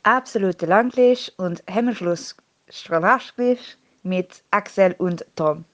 Absolute Langlisch und Hemmschluss Strahlaschglisch mit Axel und Tom.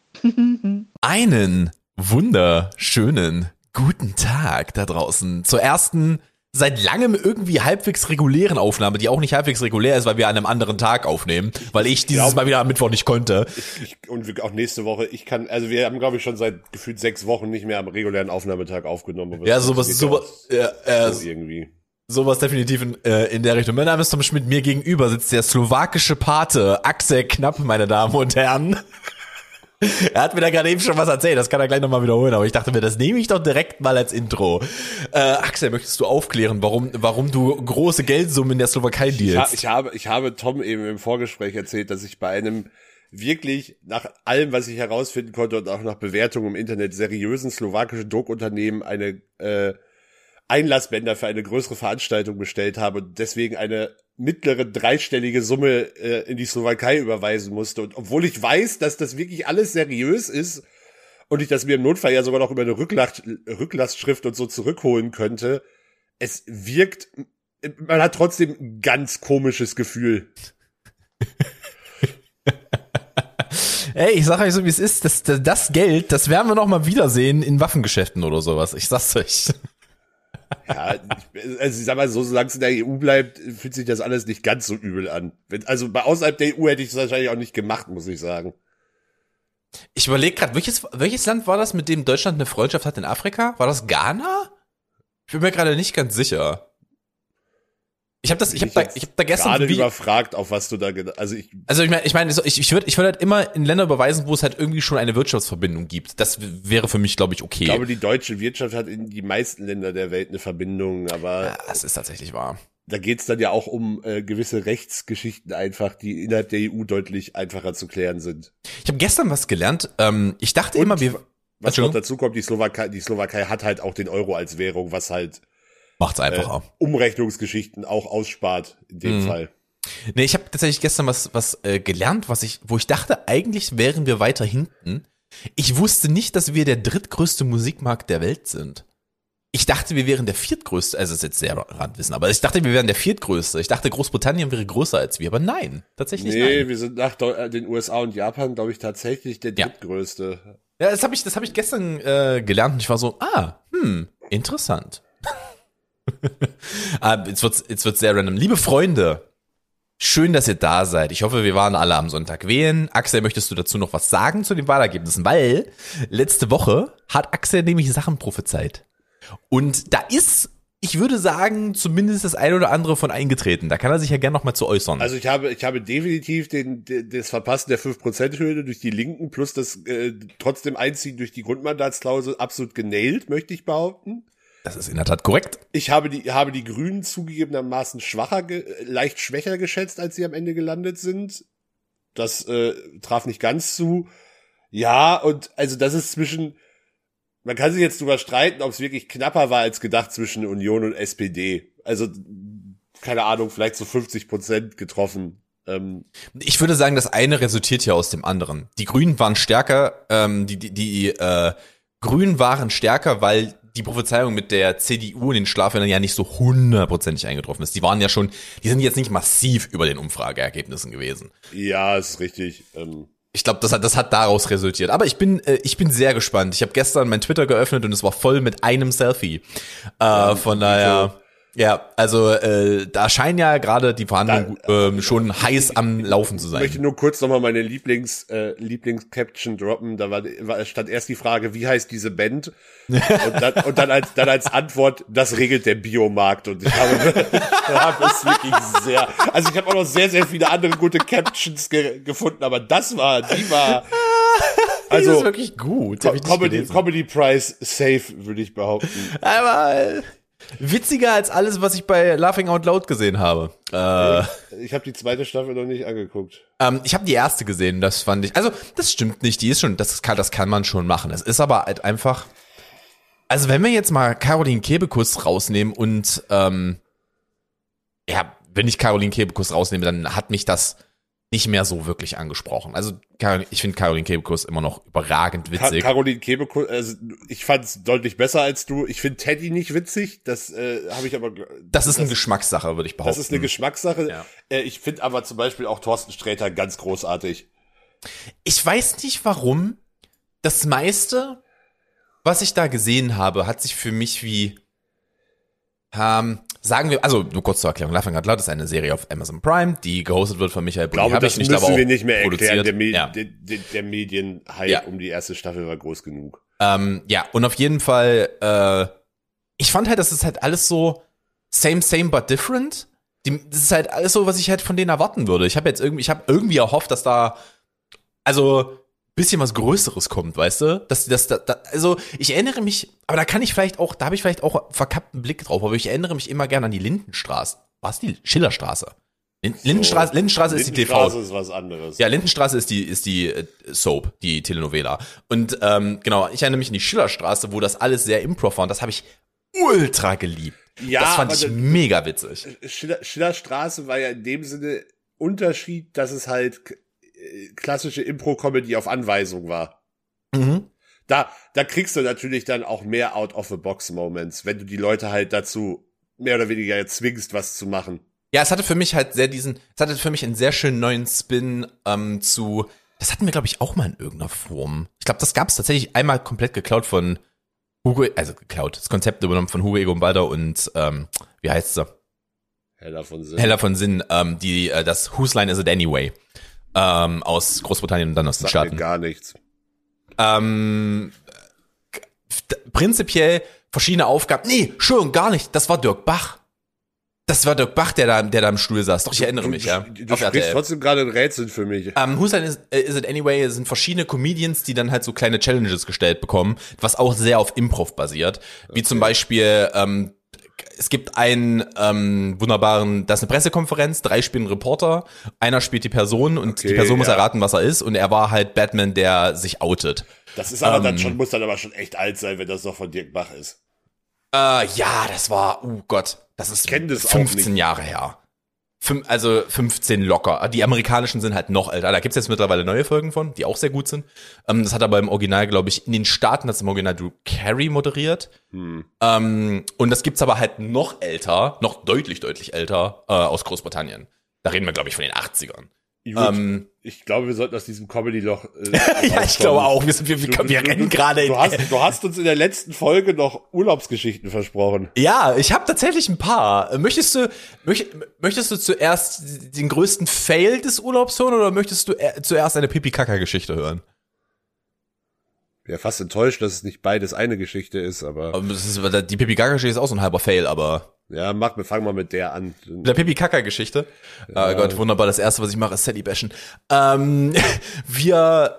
Einen wunderschönen guten Tag da draußen zur ersten seit langem irgendwie halbwegs regulären Aufnahme, die auch nicht halbwegs regulär ist, weil wir an einem anderen Tag aufnehmen, weil ich dieses Mal wieder am Mittwoch nicht konnte. Und auch nächste Woche, wir haben, glaube ich, schon seit gefühlt 6 Wochen nicht mehr am regulären Aufnahmetag aufgenommen. Ja, sowas irgendwie. Sowas definitiv in der Richtung. Mein Name ist Tom Schmidt, mir gegenüber sitzt der slowakische Pate Axel Knapp, meine Damen und Herren. Er hat mir da gerade eben schon was erzählt, das kann er gleich nochmal wiederholen, aber ich dachte mir, das nehme ich doch direkt mal als Intro. Axel, möchtest du aufklären, warum du große Geldsummen in der Slowakei dealst? Ich habe Tom eben im Vorgespräch erzählt, dass ich bei einem wirklich nach allem, was ich herausfinden konnte und auch nach Bewertungen im Internet seriösen slowakischen Druckunternehmen eine Einlassbänder für eine größere Veranstaltung bestellt habe und deswegen eine mittlere dreistellige Summe in die Slowakei überweisen musste. Und obwohl ich weiß, dass das wirklich alles seriös ist und ich das mir im Notfall ja sogar noch über eine Rücklastschrift und so zurückholen könnte, es wirkt, man hat trotzdem ein ganz komisches Gefühl. Ey, ich sag euch so, wie es ist, das Geld, das werden wir noch mal wiedersehen in Waffengeschäften oder sowas. Ich sag's euch. Ja, also ich sag mal so, solange es in der EU bleibt, fühlt sich das alles nicht ganz so übel an. Also bei außerhalb der EU hätte ich es wahrscheinlich auch nicht gemacht, muss ich sagen. Ich überlege gerade, welches Land war das, mit dem Deutschland eine Freundschaft hat in Afrika? War das Ghana? Ich bin mir gerade nicht ganz sicher. Ich habe da gestern gerade überfragt, auf was du da ich meine, ich würde halt immer in Länder überweisen, wo es halt irgendwie schon eine Wirtschaftsverbindung gibt. Das wäre für mich, glaube ich, okay. Ich glaube, die deutsche Wirtschaft hat in die meisten Länder der Welt eine Verbindung, aber ja, das ist tatsächlich wahr. Da geht's dann ja auch um gewisse Rechtsgeschichten einfach, die innerhalb der EU deutlich einfacher zu klären sind. Ich habe gestern was gelernt. Ich dachte immer, was noch dazu kommt, die Slowakei hat halt auch den Euro als Währung, was halt macht's einfacher. Umrechnungsgeschichten auch ausspart in dem Fall. Nee, ich habe tatsächlich gestern was gelernt, wo ich dachte, eigentlich wären wir weiter hinten. Ich wusste nicht, dass wir der drittgrößte Musikmarkt der Welt sind. Ich dachte, wir wären der viertgrößte, also das ist jetzt sehr Randwissen, aber ich dachte, wir wären der viertgrößte. Ich dachte, Großbritannien wäre größer als wir, aber nein, tatsächlich nein. Nee, wir sind nach den USA und Japan, glaube ich, tatsächlich der drittgrößte. Ja, das hab ich gestern gelernt und ich war so, interessant. Jetzt wird's sehr random. Liebe Freunde, schön, dass ihr da seid. Ich hoffe, wir waren alle am Sonntag wählen. Axel, möchtest du dazu noch was sagen zu den Wahlergebnissen? Weil letzte Woche hat Axel nämlich Sachen prophezeit. Und da ist, ich würde sagen, zumindest das eine oder andere von eingetreten. Da kann er sich ja gerne noch mal zu äußern. Also ich habe definitiv das Verpassen der 5%-Hürde durch die Linken plus das trotzdem Einziehen durch die Grundmandatsklausel absolut genailt, möchte ich behaupten. Das ist in der Tat korrekt. Ich habe die Grünen zugegebenermaßen leicht schwächer geschätzt, als sie am Ende gelandet sind. Das traf nicht ganz zu. Ja, und also das ist man kann sich jetzt drüber streiten, ob es wirklich knapper war als gedacht zwischen Union und SPD. Also, keine Ahnung, vielleicht so 50% getroffen. Ich würde sagen, das eine resultiert ja aus dem anderen. Die Grünen waren stärker, die Grünen waren stärker, weil die Prophezeiung mit der CDU in den Schlafländern ja nicht so 100%ig eingetroffen ist. Die sind jetzt nicht massiv über den Umfrageergebnissen gewesen. Ja, ist richtig. Ich glaube, das hat daraus resultiert. Aber ich bin sehr gespannt. Ich habe gestern mein Twitter geöffnet und es war voll mit einem Selfie. Von daher, ja, also da scheinen ja gerade die Verhandlungen schon heiß am Laufen zu sein. Ich möchte nur kurz nochmal meine Lieblings-Caption droppen. Da stand erst die Frage, wie heißt diese Band? Und dann als Antwort, das regelt der Biomarkt. Und ich habe es wirklich also ich habe auch noch sehr, sehr viele andere gute Captions gefunden, aber die war also die ist wirklich gut. Comedy Prize safe, würde ich behaupten. Aber witziger als alles, was ich bei Laughing Out Loud gesehen habe. Ich habe die zweite Staffel noch nicht angeguckt. Ich habe die erste gesehen, das fand ich, also das stimmt nicht, die ist schon, das kann man schon machen. Es ist aber halt einfach, also wenn wir jetzt mal Caroline Kebekus rausnehmen und wenn ich Caroline Kebekus rausnehme, dann hat mich das nicht mehr so wirklich angesprochen. Also ich finde Caroline Kebekus immer noch überragend witzig. Caroline Kebekus, also ich fand's deutlich besser als du. Ich finde Teddy nicht witzig, das habe ich aber... Das ist eine Geschmackssache, würde ich behaupten. Das ist eine Geschmackssache. Ja. Ich finde aber zum Beispiel auch Thorsten Sträter ganz großartig. Ich weiß nicht warum. Das meiste, was ich da gesehen habe, hat sich für mich wie, sagen wir, also nur kurz zur Erklärung, Laughing Out Loud ist eine Serie auf Amazon Prime, die gehostet wird von Michael Bulli. Ich glaube, das müssen wir nicht mehr erklären. Der Medienhype um die erste Staffel war groß genug. Ja, und auf jeden Fall, ich fand halt, das ist halt alles so same but different. Das ist halt alles so, was ich halt von denen erwarten würde. Ich habe irgendwie erhofft, dass da, also bisschen was Größeres kommt, weißt du? Also ich erinnere mich, aber da habe ich vielleicht auch verkappten Blick drauf, aber ich erinnere mich immer gerne an die Lindenstraße. War es die Schillerstraße? Lindenstraße ist die TV. Lindenstraße ist was anderes. Ja, Lindenstraße ist die Soap, die Telenovela. Und genau, ich erinnere mich an die Schillerstraße, wo das alles sehr Improv war und das habe ich ultra geliebt. Ja, das fand ich mega witzig. Schillerstraße war ja in dem Sinne Unterschied, dass es halt klassische Impro-Comedy auf Anweisung war. Mhm. Da kriegst du natürlich dann auch mehr Out-of-the-Box-Moments, wenn du die Leute halt dazu mehr oder weniger zwingst, was zu machen. Ja, es hatte für mich einen sehr schönen neuen Spin das hatten wir, glaube ich, auch mal in irgendeiner Form. Ich glaube, das gab es tatsächlich einmal komplett geklaut von das Konzept übernommen von Hugo Egon Balder und, wie heißt sie? Hella von Sinn, die das Whose Line Is It Anyway? Aus Großbritannien und dann aus den Staaten. Mir gar nichts. Prinzipiell verschiedene Aufgaben. Nee, schon gar nicht. Das war Dirk Bach. Der da im Stuhl saß. Doch, ich erinnere mich, ja. Du sprichst trotzdem gerade ein Rätsel für mich. Whose Line Is It Anyway sind verschiedene Comedians, die dann halt so kleine Challenges gestellt bekommen, was auch sehr auf Improv basiert. Wie zum Beispiel, es gibt einen wunderbaren, das ist eine Pressekonferenz, 3 spielen Reporter, einer spielt die Person und die Person muss erraten, was er ist und er war halt Batman, der sich outet. Das ist aber muss dann aber schon echt alt sein, wenn das noch von Dirk Bach ist. Ja, das war, oh Gott, das ist 15 Jahre her. 15 locker. Die amerikanischen sind halt noch älter. Da gibt's jetzt mittlerweile neue Folgen von, die auch sehr gut sind. Das hat aber im Original, glaube ich, in den Staaten hat es im Original Drew Carey moderiert. Und das gibt's aber halt noch älter, noch deutlich älter aus Großbritannien. Da reden wir, glaube ich, von den 80ern. Ich glaube, wir sollten aus diesem Comedy-Loch ja, ich glaube auch. Wir rennen gerade. Du hast uns in der letzten Folge noch Urlaubsgeschichten versprochen. Ja, ich habe tatsächlich ein paar. Möchtest du zuerst den größten Fail des Urlaubs hören oder möchtest du zuerst eine Pipi-Kaka-Geschichte hören? Ja, fast enttäuscht, dass es nicht beides eine Geschichte ist, aber die Pipi-Kaka-Geschichte ist auch so ein halber Fail, aber ja, fang mal mit der an. Der Pipi-Kaka-Geschichte. Ja. Oh Gott, wunderbar. Das erste, was ich mache, ist Sally bashen. Wir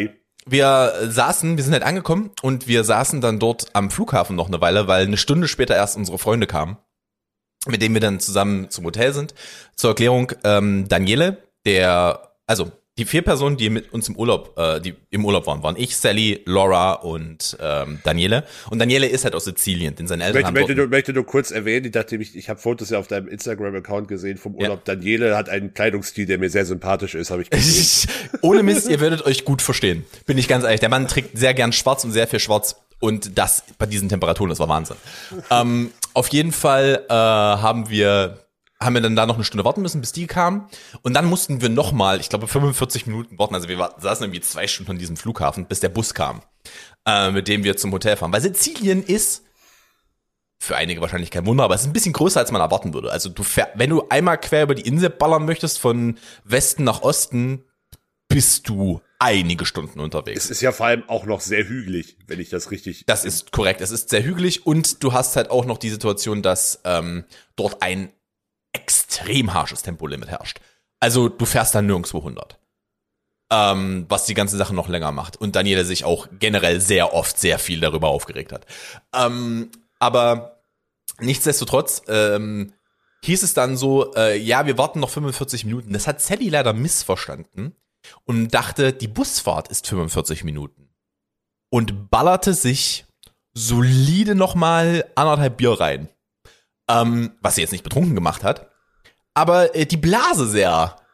sind halt angekommen und wir saßen dann dort am Flughafen noch eine Weile, weil eine Stunde später erst unsere Freunde kamen, mit denen wir dann zusammen zum Hotel sind. Zur Erklärung, Daniele, die 4 Personen, die mit uns im Urlaub waren ich, Sally, Laura und Daniele. Und Daniele ist halt aus Sizilien, denn seine Eltern möchte nur kurz erwähnen, ich habe Fotos ja auf deinem Instagram-Account gesehen vom Urlaub. Ja. Daniele hat einen Kleidungsstil, der mir sehr sympathisch ist, habe ich gesehen. Ohne Mist, ihr werdet euch gut verstehen. Bin ich ganz ehrlich. Der Mann trägt sehr gern schwarz und sehr viel schwarz. Und das bei diesen Temperaturen, das war Wahnsinn. Auf jeden Fall haben wir dann da noch eine Stunde warten müssen, bis die kamen. Und dann mussten wir nochmal, ich glaube, 45 Minuten warten. Also wir saßen irgendwie 2 Stunden an diesem Flughafen, bis der Bus kam, mit dem wir zum Hotel fahren. Weil Sizilien ist für einige wahrscheinlich kein Wunder, aber es ist ein bisschen größer, als man erwarten würde. Also wenn du einmal quer über die Insel ballern möchtest, von Westen nach Osten, bist du einige Stunden unterwegs. Es ist ja vor allem auch noch sehr hügelig, wenn ich das richtig... Das ist korrekt, es ist sehr hügelig und du hast halt auch noch die Situation, dass dort ein extrem harsches Tempolimit herrscht. Also du fährst dann nirgendwo 100. Was die ganze Sache noch länger macht. Und Daniele sich auch generell sehr oft sehr viel darüber aufgeregt hat. Aber nichtsdestotrotz hieß es dann so, ja, wir warten noch 45 Minuten. Das hat Sally leider missverstanden und dachte, die Busfahrt ist 45 Minuten. Und ballerte sich solide nochmal 1,5 Bier rein. Was sie jetzt nicht betrunken gemacht hat, aber die Blase sehr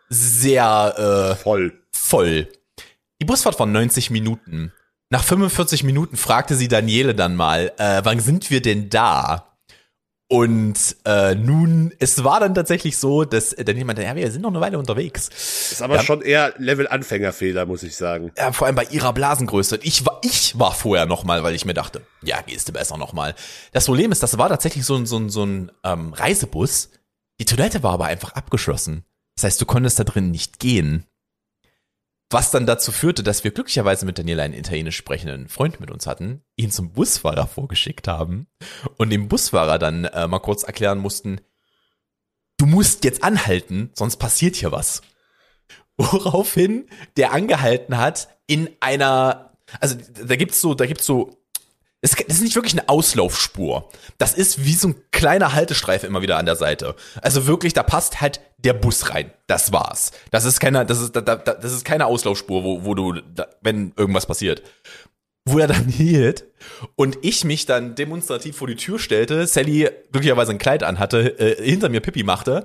sehr voll. Die Busfahrt war 90 Minuten. Nach 45 Minuten fragte sie Daniele dann mal, wann sind wir denn da? Und nun, es war dann tatsächlich so, dass Daniele meinte, ja, wir sind noch eine Weile unterwegs. Ist aber schon eher Level-Anfängerfehler, muss ich sagen. Ja, vor allem bei ihrer Blasengröße. Ich war vorher nochmal, weil ich mir dachte, ja, gehst du besser nochmal. Das Problem ist, das war tatsächlich so ein Reisebus. Die Toilette war aber einfach abgeschlossen. Das heißt, du konntest da drin nicht gehen. Was dann dazu führte, dass wir glücklicherweise mit Daniela einen italienisch sprechenden Freund mit uns hatten, ihn zum Busfahrer vorgeschickt haben und dem Busfahrer dann mal kurz erklären mussten, du musst jetzt anhalten, sonst passiert hier was. Woraufhin der angehalten hat in einer, also da gibt's so, das ist nicht wirklich eine Auslaufspur. Das ist wie so ein kleiner Haltestreifen immer wieder an der Seite. Also wirklich, da passt halt der Bus rein. Das war's. Das ist keine Auslaufspur, wo du, wenn irgendwas passiert. Wo er dann hielt und ich mich dann demonstrativ vor die Tür stellte, Sally glücklicherweise ein Kleid anhatte, hinter mir Pipi machte,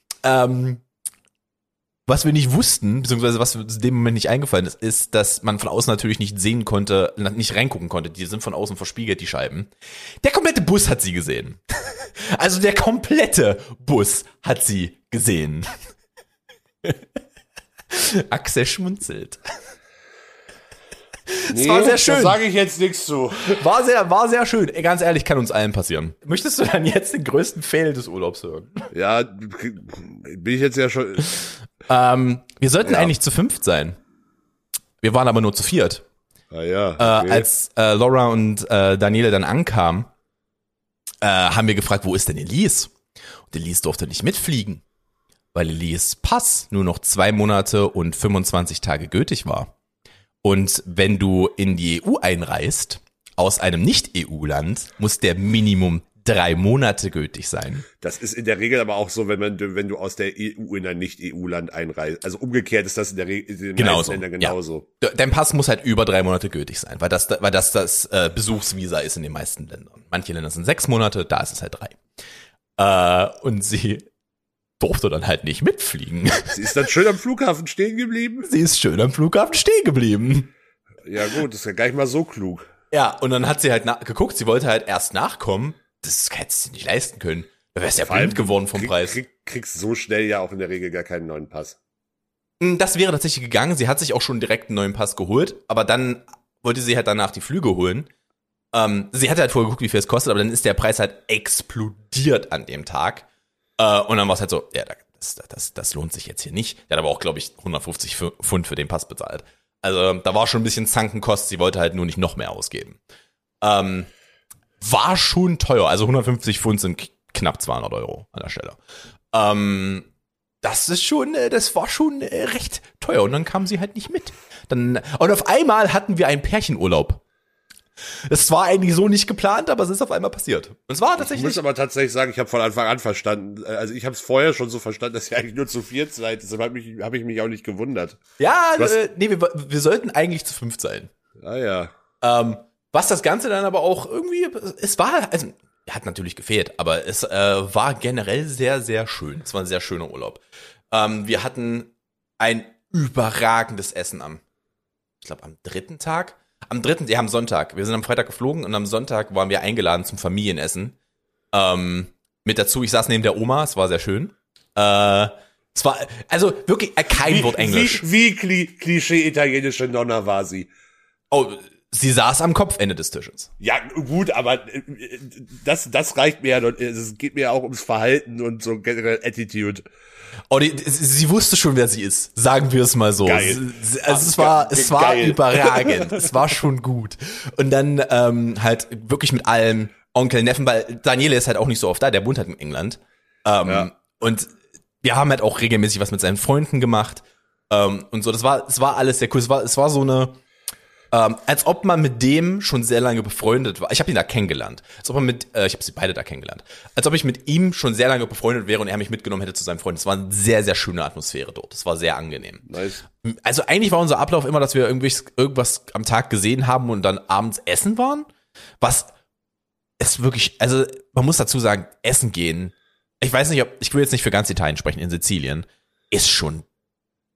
was wir nicht wussten, beziehungsweise was in dem Moment nicht eingefallen ist, ist, dass man von außen natürlich nicht sehen konnte, nicht reingucken konnte. Die sind von außen verspiegelt, die Scheiben. Der komplette Bus hat sie gesehen. Also der komplette Bus hat sie gesehen. Axel schmunzelt. Nee, war sehr schön. Da sage ich jetzt nichts zu. War sehr schön. Ey, ganz ehrlich, kann uns allen passieren. Möchtest du dann jetzt den größten Fail des Urlaubs hören? Ja, bin ich jetzt ja schon. Wir sollten eigentlich zu 5 sein. Wir waren aber nur zu 4. Ah ja. Okay. Als Laura und Daniele dann ankamen, haben wir gefragt, wo ist denn Elise? Und Elise durfte nicht mitfliegen, weil Elise Pass nur noch 2 Monate und 25 Tage gültig war. Und wenn du in die EU einreist, aus einem Nicht-EU-Land, muss der Minimum 3 Monate gültig sein. Das ist in der Regel aber auch so, wenn du aus der EU in ein Nicht-EU-Land einreist. Also umgekehrt ist das in der Regel in den meisten Ländern genauso. Ja. Dein Pass muss halt über 3 Monate gültig sein, weil das Besuchsvisa ist in den meisten Ländern. Manche Länder sind 6 Monate, da ist es halt 3. Und sie durfte dann halt nicht mitfliegen. Sie ist dann schön am Flughafen stehen geblieben? Sie ist schön am Flughafen stehen geblieben. Ja gut, das ist ja gar nicht mal so klug. Ja, und dann hat sie halt geguckt, sie wollte halt erst nachkommen. Das hättest du nicht leisten können. Da wärst du ja blind geworden vom Preis. Kriegst so schnell ja auch in der Regel gar keinen neuen Pass. Das wäre tatsächlich gegangen. Sie hat sich auch schon direkt einen neuen Pass geholt, aber dann wollte sie halt danach die Flüge holen. Sie hatte halt vorher geguckt, wie viel es kostet, aber dann ist der Preis halt explodiert an dem Tag. Und dann war es halt so, ja, das lohnt sich jetzt hier nicht. Der hat aber auch, glaube ich, 150 Pfund für den Pass bezahlt. Also da war schon ein bisschen Zankenkost. Sie wollte halt nur nicht noch mehr ausgeben. War schon teuer. Also 150 Pfund sind knapp 200 Euro an der Stelle. Das war schon recht teuer. Und dann kam sie halt nicht mit. Und auf einmal hatten wir einen Pärchenurlaub. Das war eigentlich so nicht geplant, aber es ist auf einmal passiert. Und es war tatsächlich. Ich muss aber tatsächlich sagen, ich habe von Anfang an verstanden. Also ich habe es vorher schon so verstanden, dass ihr eigentlich nur zu 4 seid. Deshalb habe ich mich auch nicht gewundert. Ja, wir sollten eigentlich zu 5 sein. Ah ja. Was das Ganze dann aber auch irgendwie, hat natürlich gefehlt, aber es war generell sehr, sehr schön. Es war ein sehr schöner Urlaub. Wir hatten ein überragendes Essen am 3. Tag. Am Sonntag. Wir sind am Freitag geflogen und am Sonntag waren wir eingeladen zum Familienessen. Mit dazu, ich saß neben der Oma, es war sehr schön. Es war, also wirklich kein Wort Englisch. Wie Klischee italienische Nonna war sie? Oh, sie saß am Kopfende des Tisches. Ja, gut, aber das reicht mir ja noch. Es geht mir ja auch ums Verhalten und so generell Attitude. Oh, sie wusste schon, wer sie ist. Sagen wir es mal so. Geil. Es war überragend. Es war schon gut. Und dann halt wirklich mit allem Onkel, Neffen, weil Daniele ist halt auch nicht so oft da. Der wohnt halt in England. Und wir haben halt auch regelmäßig was mit seinen Freunden gemacht. Und so, es war alles sehr cool. Es war so eine, als ob man mit dem schon sehr lange befreundet war. Ich habe ihn da kennengelernt. Ich habe sie beide da kennengelernt. Als ob ich mit ihm schon sehr lange befreundet wäre und er mich mitgenommen hätte zu seinem Freund. Es war eine sehr, sehr schöne Atmosphäre dort. Es war sehr angenehm. Nice. Also eigentlich war unser Ablauf immer, dass wir irgendwas am Tag gesehen haben und dann abends essen waren. Was ist wirklich, also man muss dazu sagen, essen gehen. Ich weiß nicht, ich will jetzt nicht für ganz Italien sprechen, in Sizilien ist schon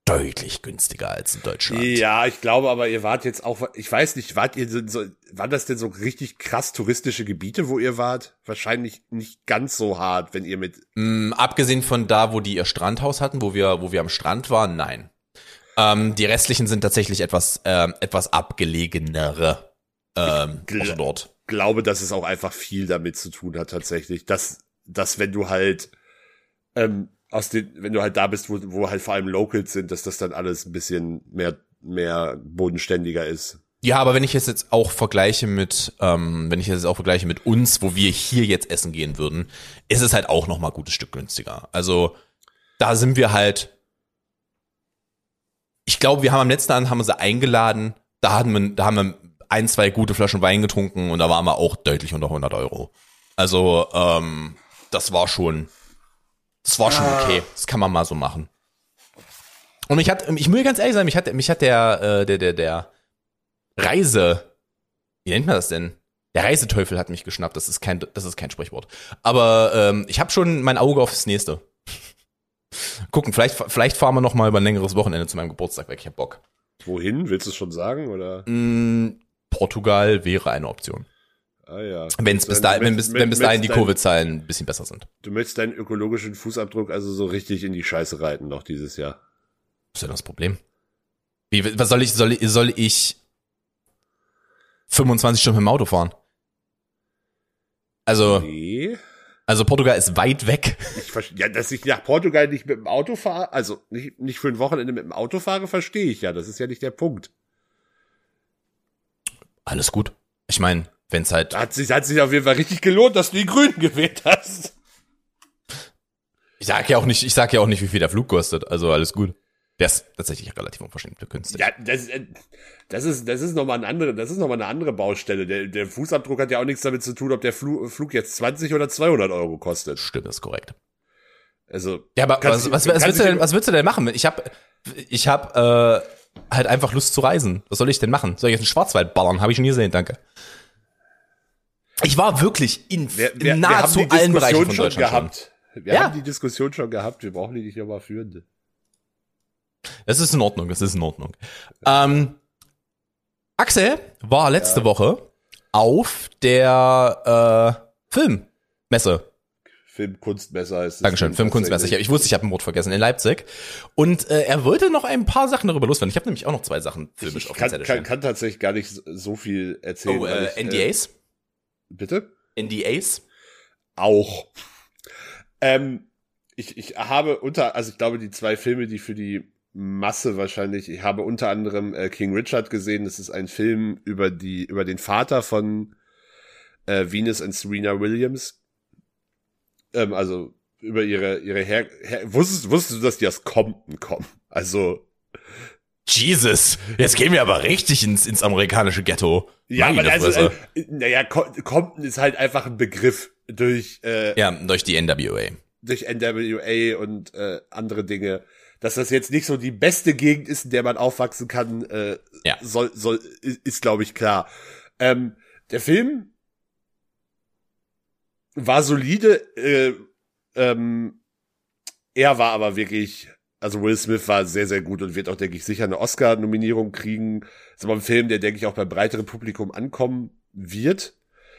deutlich günstiger als in Deutschland. Ja, ich glaube, aber ihr wart jetzt auch, ich weiß nicht, waren das denn so richtig krass touristische Gebiete, wo ihr wart? Wahrscheinlich nicht ganz so hart, wenn ihr mit... Abgesehen von da, wo die ihr Strandhaus hatten, wo wir am Strand waren, nein. Die restlichen sind tatsächlich etwas abgelegenere Orte dort. Glaube, dass es auch einfach viel damit zu tun hat tatsächlich, dass wenn du halt wenn du halt da bist, wo halt vor allem Locals sind, dass das dann alles ein bisschen mehr bodenständiger ist. Ja, aber wenn ich es jetzt auch vergleiche mit uns, wo wir hier jetzt essen gehen würden, ist es halt auch noch mal ein gutes Stück günstiger. Also da sind wir halt. Ich glaube, wir haben am letzten Abend haben wir sie eingeladen. Da haben wir 1, 2 gute Flaschen Wein getrunken und da waren wir auch deutlich unter 100 €. Also das war schon okay. Das kann man mal so machen. Und ich muss ganz ehrlich sagen, mich hat der wie nennt man das denn? Der Reiseteufel hat mich geschnappt. Das ist kein Sprichwort. Aber ich habe schon mein Auge aufs nächste. Gucken, vielleicht fahren wir noch mal über ein längeres Wochenende zu meinem Geburtstag weg. Ich hab Bock. Wohin? Willst du es schon sagen, oder? Portugal wäre eine Option. Ah ja. Wenn bis dahin die Covid-Zahlen ein bisschen besser sind. Du möchtest deinen ökologischen Fußabdruck also so richtig in die Scheiße reiten noch dieses Jahr. Was ist denn das Problem? Was soll ich 25 Stunden mit dem Auto fahren? Also, Nee. Also Portugal ist weit weg. Dass ich nach Portugal nicht mit dem Auto fahre, also nicht für ein Wochenende mit dem Auto fahre, verstehe ich ja. Das ist ja nicht der Punkt. Alles gut. Ich meine, wenn's halt... Hat sich auf jeden Fall richtig gelohnt, dass du die Grünen gewählt hast. Ich sag ja auch nicht, wie viel der Flug kostet. Also alles gut. Der ist tatsächlich relativ unverschämt günstig. Ja, das ist nochmal eine andere Baustelle. Der Fußabdruck hat ja auch nichts damit zu tun, ob der Flug jetzt 20 oder 200 € kostet. Stimmt, ist korrekt. Also. Ja, aber was willst du denn machen? Ich hab halt einfach Lust zu reisen. Was soll ich denn machen? Soll ich jetzt in Schwarzwald ballern? Habe ich schon gesehen, danke. Ich war wirklich in nahezu allen Bereichen von Deutschland gehabt. Wir haben die Diskussion schon gehabt. Wir brauchen die nicht nochmal führen. Das ist in Ordnung. Axel war letzte Woche auf der Filmmesse. Filmkunstmesse heißt es. Dankeschön, Filmkunstmesse. Ich wusste, ich habe ein Wort vergessen, in Leipzig. Und er wollte noch ein paar Sachen darüber loswerden. Ich habe nämlich auch noch 2 Sachen filmisch auf dem Zettel stehen. Ich kann tatsächlich gar nicht so viel erzählen. Oh, NDAs? Bitte? NDAs? Auch. Ich habe ich glaube, die 2 Filme, die für die Masse wahrscheinlich, ich habe unter anderem King Richard gesehen. Das ist ein Film über den Vater von Venus und Serena Williams. Also über ihre wusstest du, dass die aus Compton kommen? Also Jesus, jetzt gehen wir aber richtig ins amerikanische Ghetto. Ja, aber Compton ist halt einfach ein Begriff durch die NWA. Durch NWA und andere Dinge. Dass das jetzt nicht so die beste Gegend ist, in der man aufwachsen kann, ist glaube ich klar. Der Film war solide, er war aber wirklich, also Will Smith war sehr, sehr gut und wird auch, denke ich, sicher eine Oscar-Nominierung kriegen. Ist aber ein Film, der, denke ich, auch beim breiteren Publikum ankommen wird.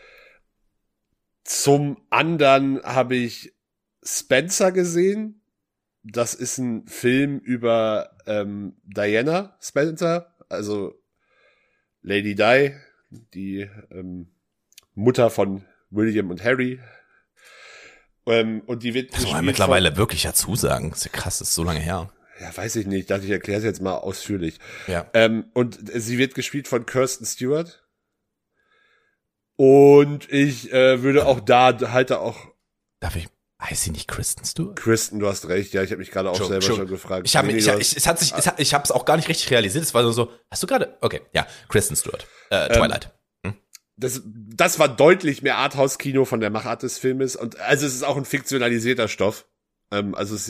Zum anderen habe ich Spencer gesehen. Das ist ein Film über Diana Spencer, also Lady Di, die Mutter von William und Harry. Und die wird das mittlerweile wirklich dazu sagen. Das ist ja krass, das ist so lange her. Ja, weiß ich nicht. Ich dachte, ich erkläre es jetzt mal ausführlich. Ja. Und sie wird gespielt von Kirsten Stewart. Und ich würde auch heißt sie nicht Kristen Stewart? Kristen, du hast recht. Ja, ich habe mich gerade auch selber schon gefragt. Ich habe es auch gar nicht richtig realisiert. Es war so, hast du gerade? Okay, ja, Kristen Stewart. Twilight. Das war deutlich mehr Arthouse-Kino von der Machart des Filmes. Und also es ist auch ein fiktionalisierter Stoff. Also es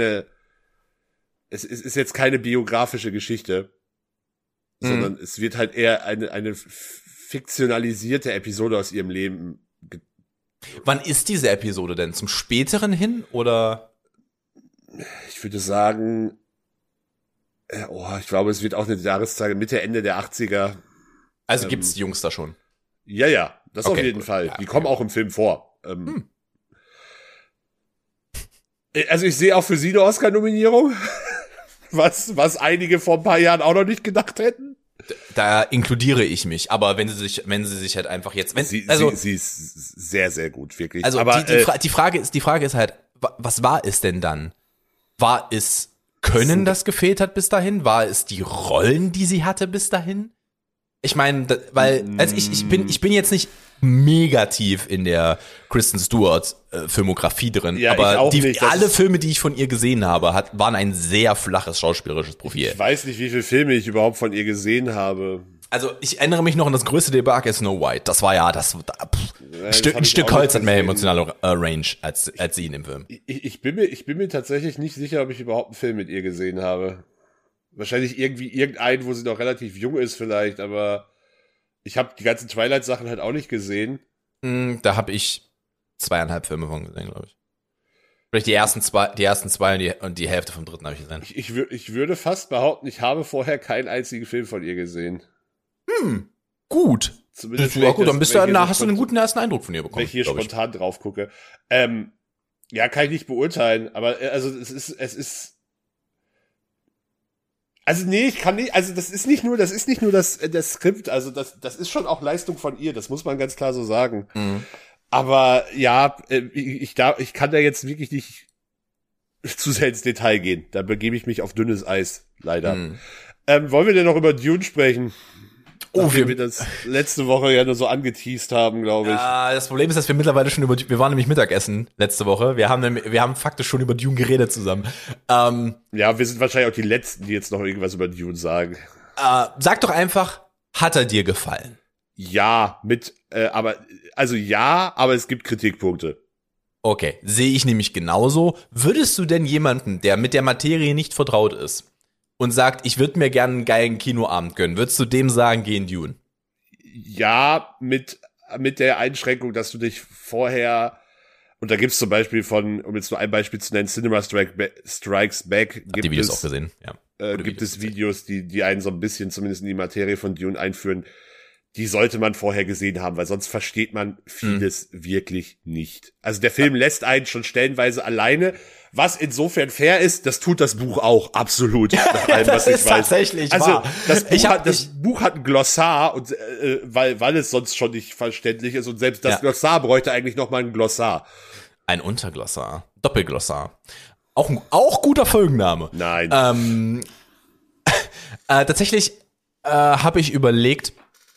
ist jetzt keine biografische Geschichte, sondern es wird halt eher eine fiktionalisierte Episode aus ihrem Leben. Wann ist diese Episode denn? Zum späteren hin oder? Ich würde sagen Ich glaube, es wird auch eine Jahreszeit Mitte, Ende der 80er. Also gibt's die Jungs da schon? Ja, das Okay, auf jeden gut. Fall. Ja, Die kommen auch im Film vor. Also ich sehe auch für sie eine Oscar-Nominierung, was einige vor ein paar Jahren auch noch nicht gedacht hätten. Da inkludiere ich mich, aber wenn sie sich halt einfach jetzt, Sie ist sehr, sehr gut, wirklich. Also aber die Frage ist halt, was war es denn dann? War es Können, das gefehlt hat bis dahin? War es die Rollen, die sie hatte bis dahin? Ich meine, ich bin jetzt nicht mega tief in der Kristen Stewart Filmografie drin, Ja, ich aber auch nicht. alle Filme, die ich von ihr gesehen habe, waren ein sehr flaches schauspielerisches Profil. ich weiß nicht, wie viele Filme ich überhaupt von ihr gesehen habe. Also ich erinnere mich noch an das größte Debakel Snow White. Das war ja das ein hab ich Stück auch Holz nicht hat mehr gesehen. emotionale Range als sie in dem Film. Ich bin mir tatsächlich nicht sicher, ob ich überhaupt einen Film mit ihr gesehen habe. Wahrscheinlich irgendwie irgendeinen, wo sie noch relativ jung ist vielleicht, aber ich habe die ganzen Twilight-Sachen halt auch nicht gesehen. Da habe ich 2,5 Filme von gesehen, glaube ich. Vielleicht die ersten zwei und die Hälfte vom dritten habe ich gesehen. Ich würde fast behaupten, ich habe vorher keinen einzigen Film von ihr gesehen. Gut. Zumindest Ja, gut, dann bist du wenn ich danach, hier hast du einen guten ersten Eindruck von ihr wenn bekommen. ich hier glaub spontan drauf gucke. Ja, kann ich nicht beurteilen, aber also es ist also nee, ich kann nicht, also das ist nicht nur das Skript, also das ist schon auch Leistung von ihr, das muss man ganz klar so sagen. Aber ja, ich kann da jetzt wirklich nicht zu sehr ins Detail gehen. Da begebe ich mich auf dünnes Eis, leider. Wollen wir denn noch über Dune sprechen? Nachdem wir das letzte Woche ja nur so angeteased haben, glaube ich. Das Problem ist, dass wir mittlerweile schon wir waren nämlich Mittagessen letzte Woche. Wir haben faktisch schon über Dune geredet zusammen. Ja, wir sind wahrscheinlich auch die Letzten, die jetzt noch irgendwas über Dune sagen. Sag doch einfach, hat er dir gefallen? Ja, aber es gibt Kritikpunkte. Okay, sehe ich nämlich genauso. Würdest du denn jemanden, der mit der Materie nicht vertraut ist und sagt, ich würde mir gerne einen geilen Kinoabend gönnen, würdest du dem sagen, geh in Dune? Ja, mit der Einschränkung, dass du dich vorher, und da gibt's zum Beispiel um jetzt nur ein Beispiel zu nennen, Cinema Strikes Back, Hab die Videos auch gesehen, ja. Gibt es Videos, die einen so ein bisschen zumindest in die Materie von Dune einführen. Die sollte man vorher gesehen haben, weil sonst versteht man vieles wirklich nicht. Also der Film lässt einen schon stellenweise alleine, was insofern fair ist, das tut das Buch auch, absolut. Nach allem, was ich weiß. Tatsächlich also wahr. Das Buch hat ein Glossar, und weil es sonst schon nicht verständlich ist, und selbst das Glossar bräuchte eigentlich noch mal ein Glossar. Ein Unterglossar, Doppelglossar. Auch guter Folgenname. Nein. Tatsächlich habe ich überlegt,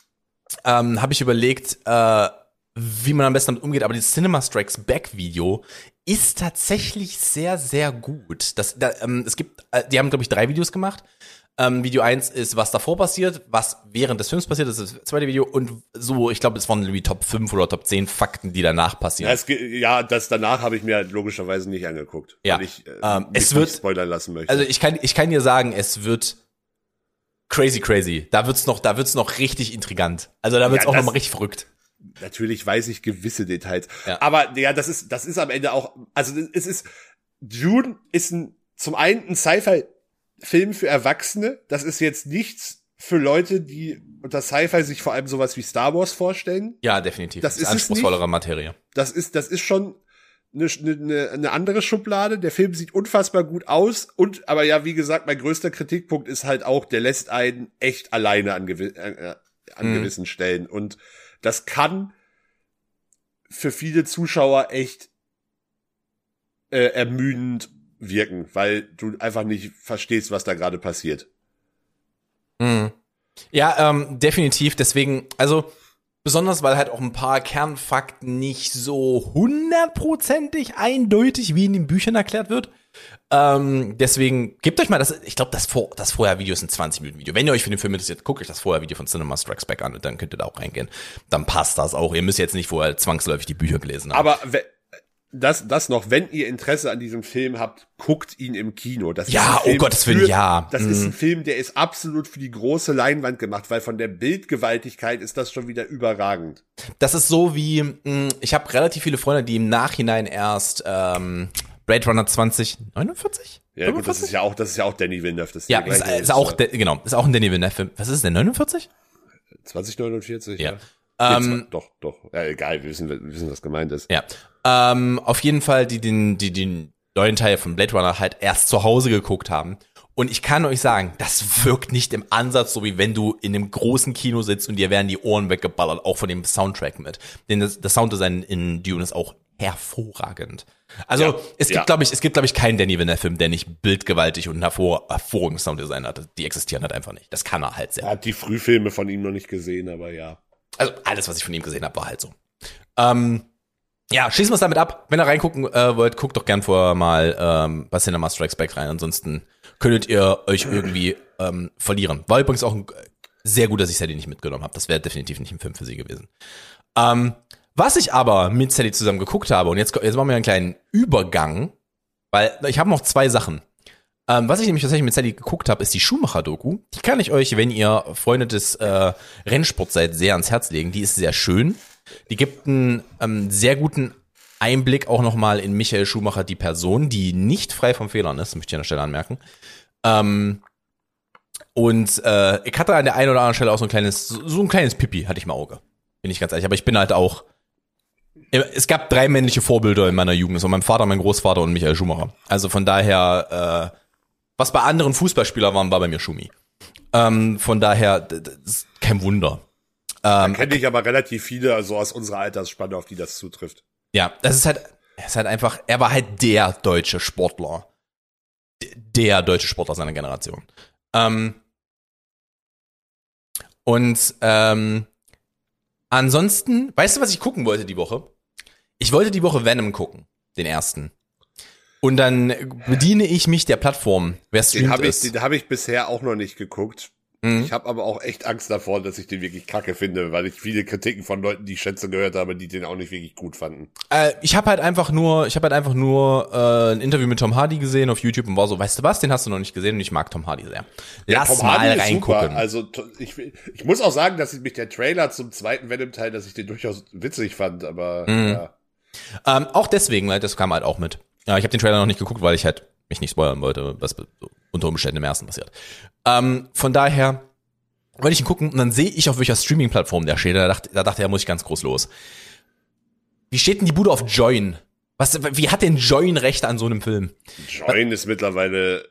wie man am besten damit umgeht, aber das Cinema Strikes Back Video ist tatsächlich sehr, sehr gut. Die haben, glaube ich, 3 Videos gemacht. Video 1 ist, was davor passiert, was während des Films passiert, das ist das zweite Video, und so, ich glaube, es waren irgendwie Top 5 oder Top 10 Fakten, die danach passieren. Das danach habe ich mir logischerweise nicht angeguckt, Ja. weil ich Es mich wird nicht spoilern lassen möchte. Also ich kann dir sagen, es wird crazy. Da wird's noch richtig intrigant. Also da wird's auch noch mal richtig verrückt. Natürlich weiß ich gewisse Details. Ja. Aber ja, das ist am Ende auch, also Dune ist zum einen ein Sci-Fi-Film für Erwachsene. Das ist jetzt nichts für Leute, die unter Sci-Fi sich vor allem sowas wie Star Wars vorstellen. Ja, definitiv. Das ist es anspruchsvollere Materie. Das ist schon eine andere Schublade. Der Film sieht unfassbar gut aus, aber ja, wie gesagt, mein größter Kritikpunkt ist halt auch, der lässt einen echt alleine an gewissen Stellen, und das kann für viele Zuschauer echt ermüdend wirken, weil du einfach nicht verstehst, was da gerade passiert. Ja, definitiv. Deswegen, also besonders, weil halt auch ein paar Kernfakten nicht so 100%ig eindeutig wie in den Büchern erklärt wird. Deswegen gebt euch mal ich glaube, das Vorher-Video ist ein 20-Minuten-Video. Wenn ihr euch für den Film interessiert, guckt euch das Vorher-Video von Cinema Strikes Back an, und dann könnt ihr da auch reingehen. Dann passt das auch. Ihr müsst jetzt nicht vorher zwangsläufig die Bücher gelesen haben. Aber das noch, wenn ihr Interesse an diesem Film habt, guckt ihn im Kino. Das ist ja, oh Gottes Willen, ja. Das ist ein Film, der ist absolut für die große Leinwand gemacht, weil von der Bildgewaltigkeit ist das schon wieder überragend. Das ist so wie, ich habe relativ viele Freunde, die im Nachhinein erst Blade Runner 2049? Ja, gut, das ist ja auch Denis Villeneuve. Das Ja, ist auch ein Denis Villeneuve-Film. Was ist es denn, 49? 2049, ja. Doch. Ja, egal, wir wissen, was gemeint ist. Ja. Auf jeden Fall, die den neuen Teil von Blade Runner halt erst zu Hause geguckt haben. Und ich kann euch sagen, das wirkt nicht im Ansatz so, wie wenn du in einem großen Kino sitzt und dir werden die Ohren weggeballert, auch von dem Soundtrack mit. Denn das Sounddesign in Dune ist auch hervorragend. Also es gibt, glaube ich, keinen Denis Villeneuve-Film, der nicht bildgewaltig und ein hervorragendes Sounddesign hat. Die existieren halt einfach nicht. Das kann er halt sehr. Er hat die Frühfilme von ihm noch nicht gesehen, aber ja. Also alles, was ich von ihm gesehen habe, war halt so. Ja, schließen wir es damit ab. Wenn ihr reingucken wollt, guckt doch gern vorher mal bei Cinema Strikes Back rein. Ansonsten könntet ihr euch irgendwie verlieren. War übrigens auch sehr gut, dass ich Sally nicht mitgenommen habe. Das wäre definitiv nicht ein Film für sie gewesen. Was ich aber mit Sally zusammen geguckt habe, und jetzt machen wir einen kleinen Übergang, weil ich habe noch 2 Sachen. Was ich nämlich tatsächlich mit Sally geguckt habe, ist die Schumacher-Doku. Die kann ich euch, wenn ihr Freunde des Rennsports seid, sehr ans Herz legen. Die ist sehr schön. Die gibt einen sehr guten Einblick auch nochmal in Michael Schumacher, die Person, die nicht frei von Fehlern ist, möchte ich an der Stelle anmerken. Und ich hatte an der einen oder anderen Stelle auch so ein kleines Pipi, hatte ich im Auge. Bin ich ganz ehrlich. Aber ich bin halt auch, es gab 3 männliche Vorbilder in meiner Jugend. Das waren mein Vater, mein Großvater und Michael Schumacher. Also von daher, was bei anderen Fußballspielern waren, war bei mir Schumi. Von daher, das ist kein Wunder. Da kenne ich aber relativ viele, also aus unserer Altersspanne, auf die das zutrifft. Er ist halt einfach, er war halt der deutsche Sportler. Der deutsche Sportler seiner Generation. Ansonsten, weißt du, was ich gucken wollte die Woche? Ich wollte die Woche Venom gucken, den ersten. Und dann bediene ich mich der Plattform, wer streamt ist. Den habe ich bisher auch noch nicht geguckt. Ich habe aber auch echt Angst davor, dass ich den wirklich kacke finde, weil ich viele Kritiken von Leuten, die ich schätze, gehört habe, die den auch nicht wirklich gut fanden. Ich habe halt einfach nur ein Interview mit Tom Hardy gesehen auf YouTube und war so, weißt du was, den hast du noch nicht gesehen und ich mag Tom Hardy sehr. Lass Tom mal Hardy reingucken. Super. Also ich muss auch sagen, dass mich der Trailer zum zweiten Venom-Teil, dass ich den durchaus witzig fand, aber ja. Auch deswegen, weil das kam halt auch mit. Ja, ich habe den Trailer noch nicht geguckt, weil ich halt mich nicht spoilern wollte, was unter Umständen im ersten passiert. Von daher wollte ich ihn gucken und dann sehe ich, auf welcher Streaming-Plattform der steht. Da dachte er, muss ich ganz groß los. Wie steht denn die Bude auf Join? Wie hat denn Join Rechte an so einem Film? Join ist mittlerweile,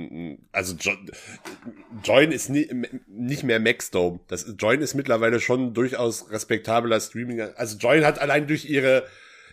Join ist nicht mehr Maxdome. Join ist mittlerweile schon durchaus respektabler Streaming. Also Join hat allein durch ihre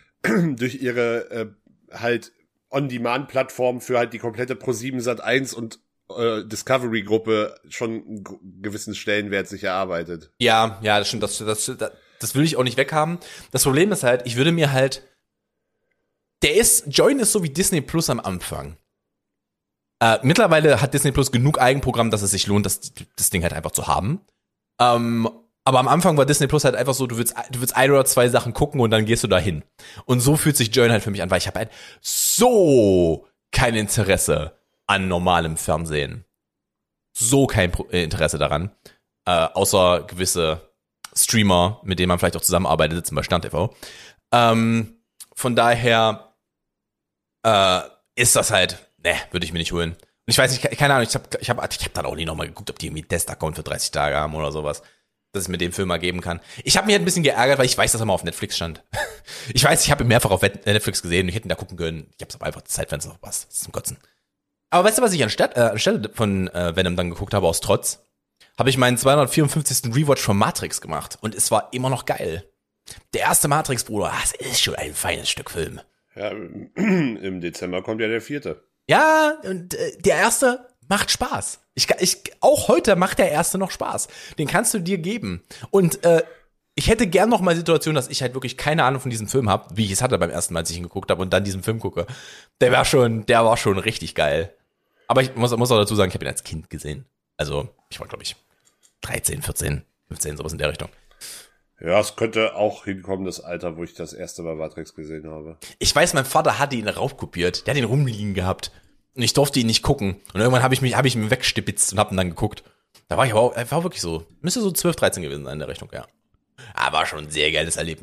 halt On-Demand-Plattform für halt die komplette Pro7 Sat.1 und Discovery-Gruppe schon einen gewissen Stellenwert sich erarbeitet. Ja, das stimmt. Das will ich auch nicht weghaben. Das Problem ist halt, ich würde mir halt, Join ist so wie Disney Plus am Anfang. Mittlerweile hat Disney Plus genug Eigenprogramm, dass es sich lohnt, das Ding halt einfach zu haben. Aber am Anfang war Disney Plus halt einfach so, du willst 1 oder 2 Sachen gucken und dann gehst du dahin. Und so fühlt sich Join halt für mich an, weil ich habe halt so kein Interesse an normalem Fernsehen. So kein Interesse daran. Außer gewisse Streamer, mit denen man vielleicht auch zusammenarbeitet, zum Beispiel Stern TV. Von daher ist das halt, würde ich mir nicht holen. Und ich weiß nicht, keine Ahnung, ich hab dann auch nie nochmal geguckt, ob die irgendwie einen Test-Account für 30 Tage haben oder sowas, dass es mit dem Film mal geben kann. Ich habe mich halt ein bisschen geärgert, weil ich weiß, dass er mal auf Netflix stand. Ich weiß, ich habe ihn mehrfach auf Netflix gesehen und ich hätte ihn da gucken können. Ich hab's aber einfach das Zeitfenster verpasst. Das ist zum Kotzen. Aber weißt du, was ich anstelle von Venom dann geguckt habe, aus Trotz? Habe ich meinen 254. Rewatch von Matrix gemacht. Und es war immer noch geil. Der erste Matrix, Bruder, das ist schon ein feines Stück Film. Ja, im Dezember kommt ja der 4. Ja, und der erste macht Spaß. Auch heute macht der erste noch Spaß. Den kannst du dir geben. Und ich hätte gern noch mal Situationen, dass ich halt wirklich keine Ahnung von diesem Film habe, wie ich es hatte beim ersten Mal, als ich ihn geguckt habe und dann diesen Film gucke. Der war schon richtig geil. Aber ich muss auch dazu sagen, ich habe ihn als Kind gesehen. Also, ich war, glaube ich, 13, 14, 15, sowas in der Richtung. Ja, es könnte auch hinkommen, das Alter, wo ich das erste Mal Matrix gesehen habe. Ich weiß, mein Vater hatte ihn raubkopiert. Der hat ihn rumliegen gehabt. Und ich durfte ihn nicht gucken. Und irgendwann habe ich ihn weggestibitzt und habe ihn dann geguckt. Da war ich aber auch, war wirklich so, müsste so 12, 13 gewesen sein in der Richtung, ja. Aber war schon ein sehr geiles Erlebnis.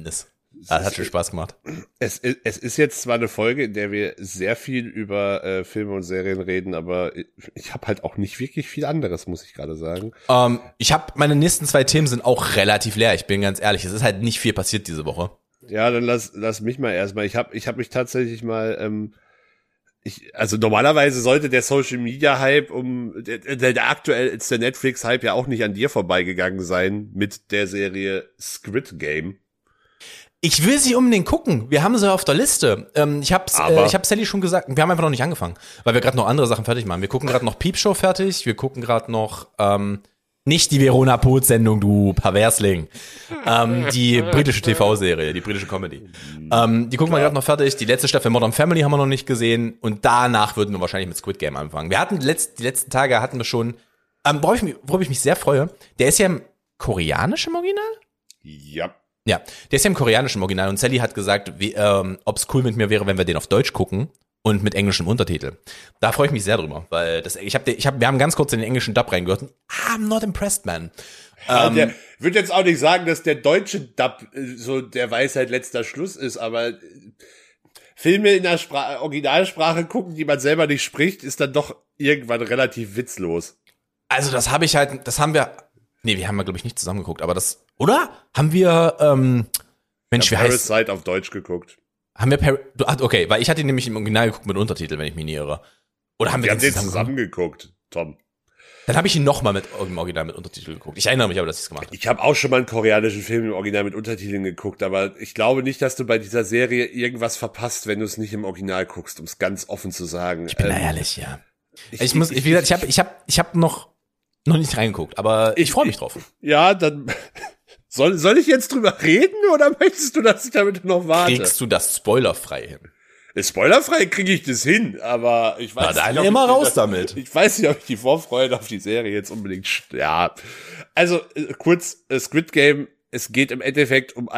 Das hat schon Spaß gemacht. Es ist jetzt zwar eine Folge, in der wir sehr viel über Filme und Serien reden, aber ich habe halt auch nicht wirklich viel anderes, muss ich gerade sagen. Meine nächsten 2 Themen sind auch relativ leer, ich bin ganz ehrlich. Es ist halt nicht viel passiert diese Woche. Ja, dann lass mich mal erstmal. Ich hab mich tatsächlich mal, also normalerweise sollte der Social Media Hype der aktuell ist der Netflix Hype ja auch nicht an dir vorbeigegangen sein mit der Serie Squid Game. Ich will sie unbedingt gucken. Wir haben sie auf der Liste. Ich habe Sally schon gesagt, wir haben einfach noch nicht angefangen, weil wir gerade noch andere Sachen fertig machen. Wir gucken gerade noch Peepshow fertig, wir gucken gerade noch nicht die Verona Pot-Sendung, du Perversling. Die britische TV-Serie, die britische Comedy. Die gucken wir gerade noch fertig. Die letzte Staffel Modern Family haben wir noch nicht gesehen. Und danach würden wir wahrscheinlich mit Squid Game anfangen. Wir hatten die letzten Tage hatten wir schon, worauf ich mich sehr freue, der ist ja im koreanischen Original? Ja. Ja, der ist ja im koreanischen Original und Sally hat gesagt, ob es cool mit mir wäre, wenn wir den auf Deutsch gucken und mit englischem Untertitel. Da freue ich mich sehr drüber, weil wir haben ganz kurz in den englischen Dub reingehört. I'm not impressed, man. Der würde jetzt auch nicht sagen, dass der deutsche Dub so der Weisheit letzter Schluss ist, aber Filme in der Originalsprache gucken, die man selber nicht spricht, ist dann doch irgendwann relativ witzlos. Also wir haben wir glaube ich nicht zusammen geguckt, aber oder? Haben wir, Mensch, wie heißt Parasite auf Deutsch geguckt. Haben wir okay, weil ich hatte ihn nämlich im Original geguckt mit Untertitel, wenn ich mich nie irre. Oder haben wir den zusammen geguckt, Tom? Dann habe ich ihn nochmal im Original mit Untertitel geguckt. Ich erinnere mich aber, dass ich es gemacht habe. Ich habe auch schon mal einen koreanischen Film im Original mit Untertiteln geguckt, aber ich glaube nicht, dass du bei dieser Serie irgendwas verpasst, wenn du es nicht im Original guckst, um es ganz offen zu sagen. Ich bin da ehrlich, ja. Ich habe noch nicht reingeguckt, aber ich freue mich drauf. Ja, dann soll ich jetzt drüber reden oder möchtest du, dass ich damit noch warte? Kriegst du das spoilerfrei hin? Spoilerfrei kriege ich das hin, aber ich weiß nicht, dann immer raus damit. Ich weiß nicht, ob ich die Vorfreude auf die Serie jetzt unbedingt ja. Also kurz Squid Game, es geht im Endeffekt um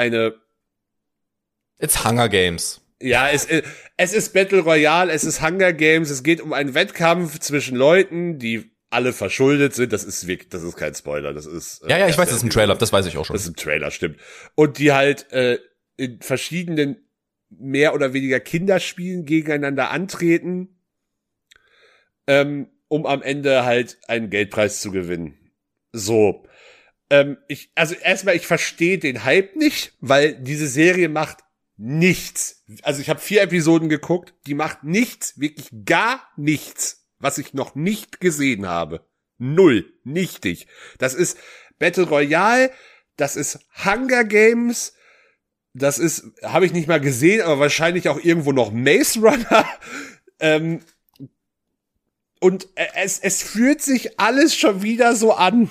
It's Hunger Games. Ja, es ist Battle Royale, es ist Hunger Games, es geht um einen Wettkampf zwischen Leuten, die alle verschuldet sind, das ist kein Spoiler, das ist ja, ich weiß, das ist ein Trailer, das weiß ich auch schon. Das ist ein Trailer, stimmt. Und die halt in verschiedenen mehr oder weniger Kinderspielen gegeneinander antreten, um am Ende halt einen Geldpreis zu gewinnen. So. Ich verstehe den Hype nicht, weil diese Serie macht nichts. Also ich habe 4 Episoden geguckt, die macht nichts, wirklich gar nichts, was ich noch nicht gesehen habe. 0, nichtig. Das ist Battle Royale, das ist Hunger Games, das ist, habe ich nicht mal gesehen, aber wahrscheinlich auch irgendwo noch Maze Runner. Und es fühlt sich alles schon wieder so an.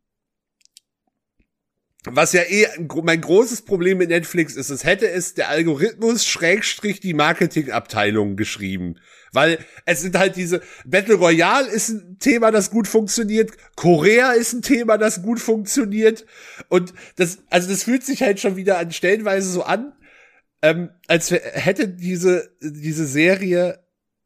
Was ja mein großes Problem mit Netflix ist, es hätte der Algorithmus / die Marketingabteilung geschrieben. Weil es sind halt Battle Royale ist ein Thema, das gut funktioniert, Korea ist ein Thema, das gut funktioniert und das fühlt sich halt schon wieder an stellenweise so an, als hätte diese Serie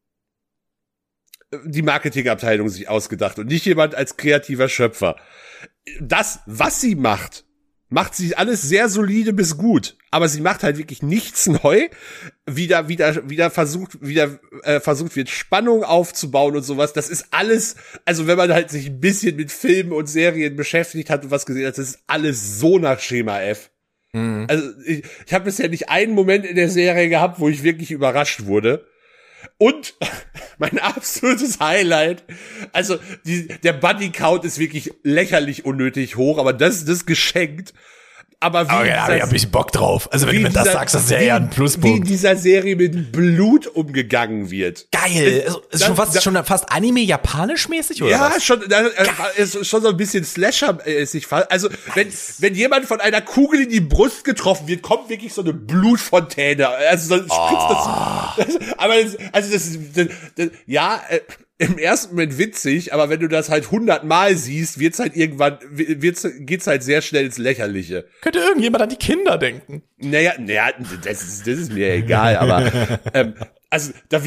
die Marketingabteilung sich ausgedacht und nicht jemand als kreativer Schöpfer. Das, was sie macht sie alles sehr solide bis gut, aber sie macht halt wirklich nichts neu. Wieder versucht wird Spannung aufzubauen und sowas. Das ist alles, also wenn man halt sich ein bisschen mit Filmen und Serien beschäftigt hat und was gesehen hat, das ist alles so nach Schema F. Mhm. Also ich habe bisher nicht einen Moment in der Serie gehabt, wo ich wirklich überrascht wurde. Und mein absolutes Highlight, also der Buddy Count ist wirklich lächerlich unnötig hoch, aber das ist geschenkt. Aber da habe ich ein bisschen Bock drauf. Also wenn du mir das sagst, das ist ja eher ein Pluspunkt. Wie in dieser Serie mit Blut umgegangen wird. Geil. Ist schon fast Anime-Japanisch-mäßig, oder was? Ja, ist schon so ein bisschen Slasher-mäßig. Also wenn jemand von einer Kugel in die Brust getroffen wird, kommt wirklich so eine Blutfontäne. Also spritzt im ersten Moment witzig, aber wenn du das halt 100 Mal siehst, geht's halt sehr schnell ins Lächerliche. Könnte irgendjemand an die Kinder denken? Naja, das ist mir egal, aber also da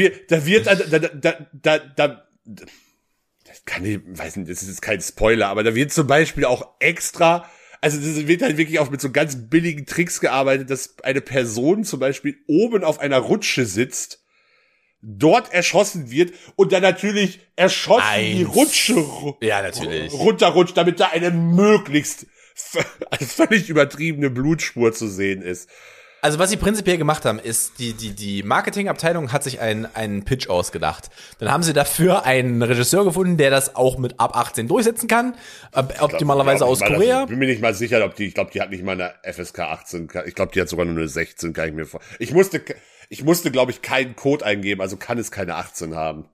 kann ich, weiß nicht, das ist kein Spoiler, aber da wird zum Beispiel auch extra Also das wird halt wirklich auch mit so ganz billigen Tricks gearbeitet, dass eine Person zum Beispiel oben auf einer Rutsche sitzt, dort erschossen wird und dann natürlich erschossen die Rutsche natürlich runterrutscht, damit da eine möglichst völlig übertriebene Blutspur zu sehen ist. Also was sie prinzipiell gemacht haben, ist, die Marketingabteilung hat sich einen Pitch ausgedacht. Dann haben sie dafür einen Regisseur gefunden, der das auch mit ab 18 durchsetzen kann. Optimalerweise aus Korea. Ich bin mir nicht mal sicher, ich glaube, die hat nicht mal eine FSK 18. Ich glaube, die hat sogar nur eine 16, kann ich mir vor. Ich musste, glaube ich, keinen Code eingeben, also kann es keine 18 haben.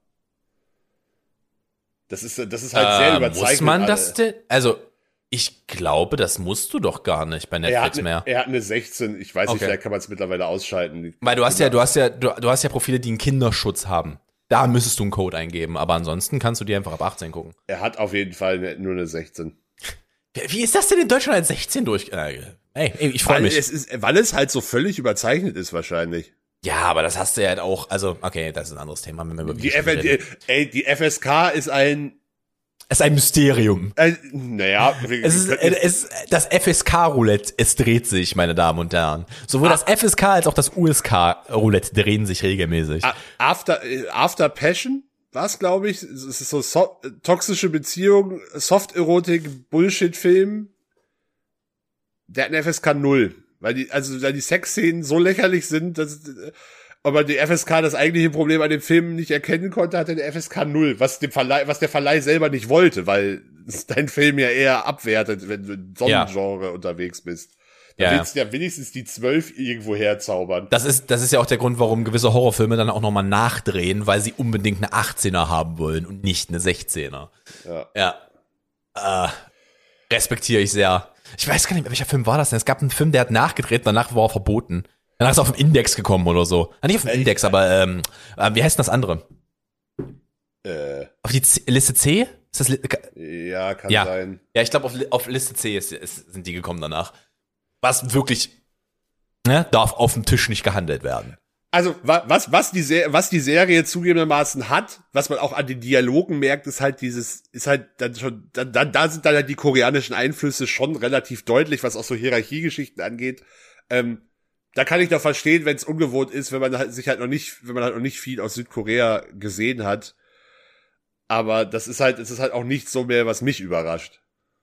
Das ist halt sehr überzeichnet. Muss man das denn? Also, ich glaube, das musst du doch gar nicht bei Netflix mehr. Er hat eine 16, ich weiß nicht, vielleicht kann man es mittlerweile ausschalten. Weil du hast ja Profile, die einen Kinderschutz haben. Da müsstest du einen Code eingeben, aber ansonsten kannst du die einfach ab 18 gucken. Er hat auf jeden Fall nur eine 16. Wie ist das denn in Deutschland als 16 durch? Ey, ich freue mich. Weil es halt so völlig überzeichnet ist wahrscheinlich. Ja, aber das hast du ja halt auch, also, okay, das ist ein anderes Thema. Wenn wir die FSK ist ein Mysterium. Naja, das FSK-Roulette, es dreht sich, meine Damen und Herren. Sowohl das FSK als auch das USK-Roulette drehen sich regelmäßig. After Passion war's, glaube ich. Es ist so toxische Beziehung, Soft-Erotik, Bullshit-Film. Der hat eine FSK 0. Weil die Sexszenen so lächerlich sind, dass aber die FSK das eigentliche Problem an dem Film nicht erkennen konnte, hatte der FSK 0, was der Verleih selber nicht wollte, weil es dein Film ja eher abwertet, wenn du in so einem Genre unterwegs bist. Da willst du ja wenigstens die 12 irgendwo herzaubern. Das ist ja auch der Grund, warum gewisse Horrorfilme dann auch nochmal nachdrehen, weil sie unbedingt eine 18er haben wollen und nicht eine 16er. Ja. Respektiere ich sehr. Ich weiß gar nicht, welcher Film war das denn? Es gab einen Film, der hat nachgedreht, danach war er verboten. Danach ist er auf den Index gekommen oder so. Nicht auf den Index, aber wie heißt denn das andere? Auf die Liste C? Ist das ja, kann sein. Ja, ich glaube, auf Liste C sind die gekommen danach. Was wirklich, darf auf dem Tisch nicht gehandelt werden. Also, was die Serie zugegebenermaßen hat, was man auch an den Dialogen merkt, ist halt dann schon, da sind dann halt die koreanischen Einflüsse schon relativ deutlich, was auch so Hierarchiegeschichten angeht. Da kann ich doch verstehen, wenn es ungewohnt ist, wenn man halt noch nicht viel aus Südkorea gesehen hat. Aber es ist halt auch nicht so mehr, was mich überrascht.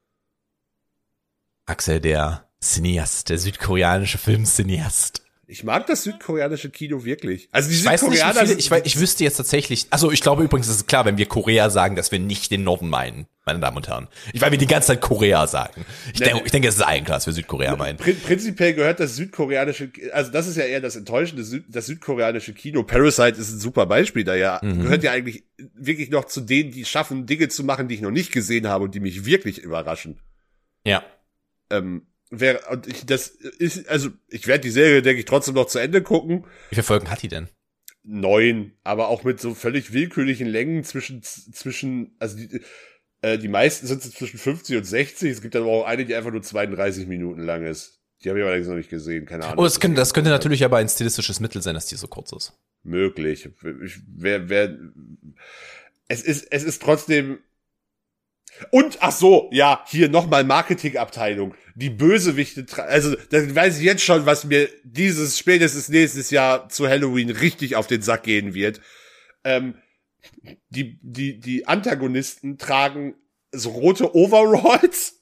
Axel, der Cineast, der südkoreanische Filmcineast. Ich mag das südkoreanische Kino wirklich. Also die Südkoreaner. Ich wüsste jetzt tatsächlich, also ich glaube übrigens, es ist klar, wenn wir Korea sagen, dass wir nicht den Norden meinen, meine Damen und Herren. Weil wir die ganze Zeit Korea sagen. Ich denke, es ist allen klar, dass wir Südkorea meinen. Prinzipiell gehört das südkoreanische, also das ist ja eher das Enttäuschende, das südkoreanische Kino. Parasite ist ein super Beispiel, gehört ja eigentlich wirklich noch zu denen, die schaffen, Dinge zu machen, die ich noch nicht gesehen habe und die mich wirklich überraschen. Ja. Ich werde die Serie, denke ich, trotzdem noch zu Ende gucken. Wie viele Folgen hat die denn? 9, aber auch mit so völlig willkürlichen Längen also die meisten sind so zwischen 50 und 60. Es gibt dann aber auch eine, die einfach nur 32 Minuten lang ist. Die habe ich allerdings noch nicht gesehen, keine Ahnung. Oh, das könnte natürlich aber ein stilistisches Mittel sein, dass die so kurz ist. Möglich. Es ist trotzdem. Und, ach so, ja, hier nochmal Marketingabteilung. Die Bösewichte, also, da weiß ich jetzt schon, was mir spätestens nächstes Jahr zu Halloween richtig auf den Sack gehen wird. Die Antagonisten tragen so rote Overalls,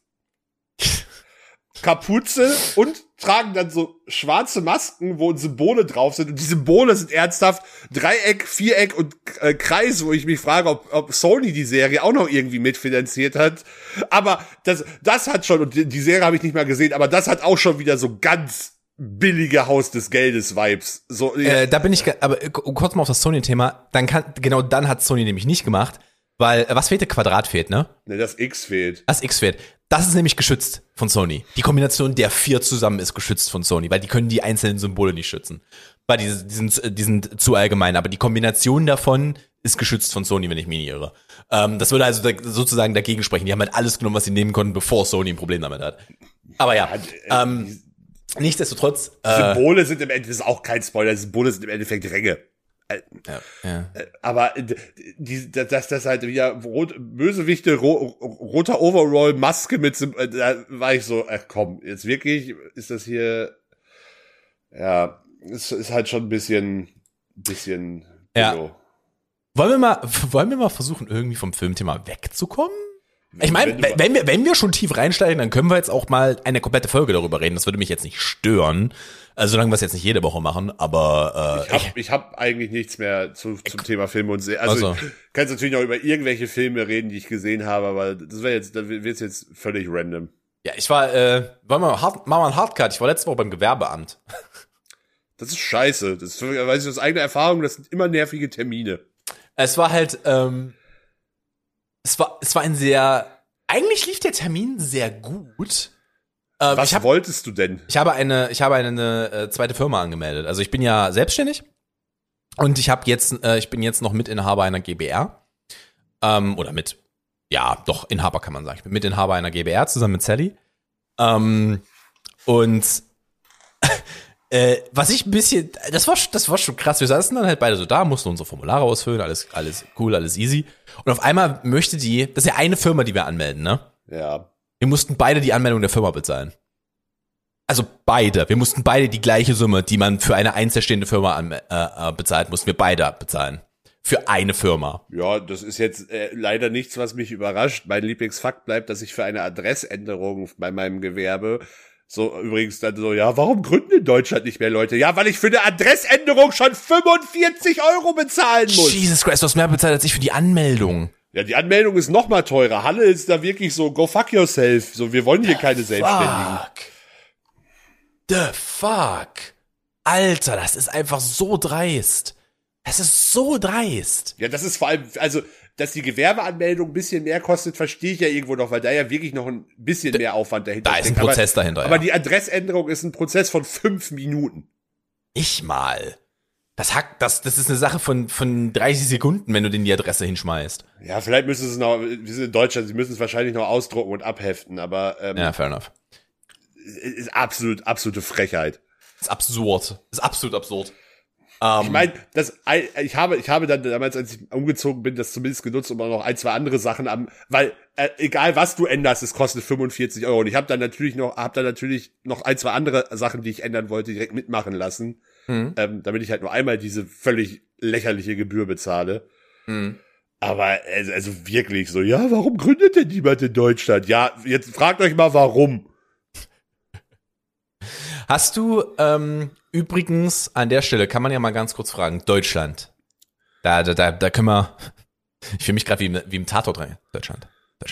Kapuze und tragen dann so schwarze Masken, wo Symbole drauf sind. Und die Symbole sind ernsthaft Dreieck, Viereck und Kreis, wo ich mich frage, ob Sony die Serie auch noch irgendwie mitfinanziert hat. Aber das hat schon, und die Serie habe ich nicht mal gesehen, aber das hat auch schon wieder so ganz billige Haus des Geldes-Vibes. So, ja. Da bin ich, aber kurz mal auf das Sony-Thema, dann hat Sony nämlich nicht gemacht, weil, was fehlt? Quadrat fehlt, ne? Ne, das X fehlt. Das X fehlt. Das ist nämlich geschützt von Sony. Die Kombination der 4 zusammen ist geschützt von Sony, weil die können die einzelnen Symbole nicht schützen. Weil die sind zu allgemein, aber die Kombination davon ist geschützt von Sony, wenn ich mich nicht irre. Das würde also sozusagen dagegen sprechen. Die haben halt alles genommen, was sie nehmen konnten, bevor Sony ein Problem damit hat. Aber ja, nichtsdestotrotz. Symbole sind im Endeffekt, das ist auch kein Spoiler, Symbole sind im Endeffekt Ränge. Ja. Aber dass das halt wieder Bösewichte, roter Overall, Maske mit, da war ich so, ach komm, jetzt wirklich, ist das hier, ja, es ist halt schon ein bisschen Ja. billo. Wollen wir mal versuchen, irgendwie vom Filmthema wegzukommen? Ich meine, wenn wir schon tief reinsteigen, dann können wir jetzt auch mal eine komplette Folge darüber reden. Das würde mich jetzt nicht stören. Also solange wir es jetzt nicht jede Woche machen, aber ich hab eigentlich nichts mehr zum Thema Filme und Serien. Also ich kann natürlich noch über irgendwelche Filme reden, die ich gesehen habe, aber da wird's jetzt völlig random. ja, ich war, machen wir einen Hardcut. Ich war letzte Woche beim Gewerbeamt. Das ist scheiße. Das weiß ich aus eigener Erfahrung, das sind immer nervige Termine. Es war halt, es war ein eigentlich lief der Termin sehr gut. Was wolltest du denn? Ich habe eine zweite Firma angemeldet. Also ich bin ja selbstständig und ich bin jetzt noch Mitinhaber einer GbR. Oder Inhaber kann man sagen. Ich bin Mitinhaber einer GbR zusammen mit Sally. Was ich ein bisschen, das war schon krass. Wir saßen dann halt beide so da, mussten unsere Formulare ausfüllen, alles cool, alles easy. Und auf einmal das ist ja eine Firma, die wir anmelden, ne? Ja. Wir mussten beide die Anmeldung der Firma bezahlen. Also beide. Wir mussten beide die gleiche Summe, die man für eine einzelstehende Firma bezahlt, mussten wir beide bezahlen. Für eine Firma. Ja, das ist jetzt leider nichts, was mich überrascht. Mein Lieblingsfakt bleibt, dass ich für eine Adressänderung bei meinem Gewerbe so übrigens dann so, ja, warum gründen in Deutschland nicht mehr Leute? Ja, weil ich für eine Adressänderung schon 45 € bezahlen muss. Jesus Christ, du hast mehr bezahlt als ich für die Anmeldung. Ja, die Anmeldung ist noch mal teurer. Halle ist da wirklich so, go fuck yourself. So, wir wollen hier keine Selbstständigen. The fuck? Alter, das ist einfach so dreist. Das ist so dreist. Ja, das ist vor allem, also, dass die Gewerbeanmeldung ein bisschen mehr kostet, verstehe ich ja irgendwo noch, weil da ja wirklich noch ein bisschen mehr Aufwand dahinter steckt. Da ist ein Prozess dahinter, aber die Adressänderung ist ein Prozess von 5 Minuten. Nicht mal. Das ist eine Sache von 30 Sekunden, wenn du denen die Adresse hinschmeißt. Ja, vielleicht müssen sie es noch, wir sind in Deutschland, sie müssen es wahrscheinlich noch ausdrucken und abheften, aber ja, fair enough. Ist absolute Frechheit. Ist absolut absurd. Ich meine, ich habe dann damals, als ich umgezogen bin, das zumindest genutzt, um auch noch ein, zwei andere Sachen weil egal was du änderst, es kostet 45 € und ich habe dann natürlich noch ein, zwei andere Sachen, die ich ändern wollte, direkt mitmachen lassen, damit ich halt nur einmal diese völlig lächerliche Gebühr bezahle. Aber also wirklich so, ja, warum gründet denn niemand in Deutschland? Ja, jetzt fragt euch mal, warum. Hast du übrigens an der Stelle, kann man ja mal ganz kurz fragen, Deutschland. Da können wir, ich fühle mich gerade wie im Tatort rein. Deutschland.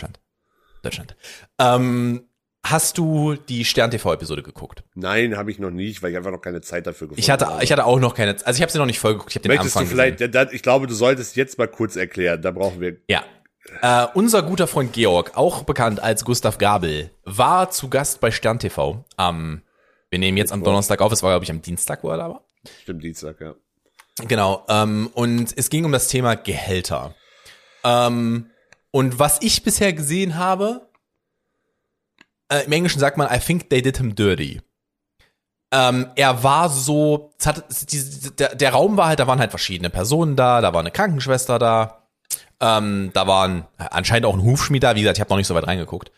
Hast du die Stern-TV-Episode geguckt? Nein, habe ich noch nicht, weil ich einfach noch keine Zeit dafür gefunden habe. Ich hatte auch noch keine Zeit. Also ich habe sie noch nicht voll geguckt. Ich habe den Anfang gesehen. Ich glaube, du solltest jetzt mal kurz erklären. Da brauchen wir... Ja. Unser guter Freund Georg, auch bekannt als Gustav Gabel, war zu Gast bei Stern TV. Wir nehmen jetzt am Donnerstag auf. Es war, glaube ich, am Dienstag, wo er da war. Stimmt, Dienstag, ja. Genau. Und es ging um das Thema Gehälter. Und was ich bisher gesehen habe, im Englischen sagt man, I think they did him dirty. Er war so, der Raum war halt, da waren halt verschiedene Personen da war eine Krankenschwester da waren anscheinend auch ein Hufschmied da, wie gesagt, ich habe noch nicht so weit reingeguckt.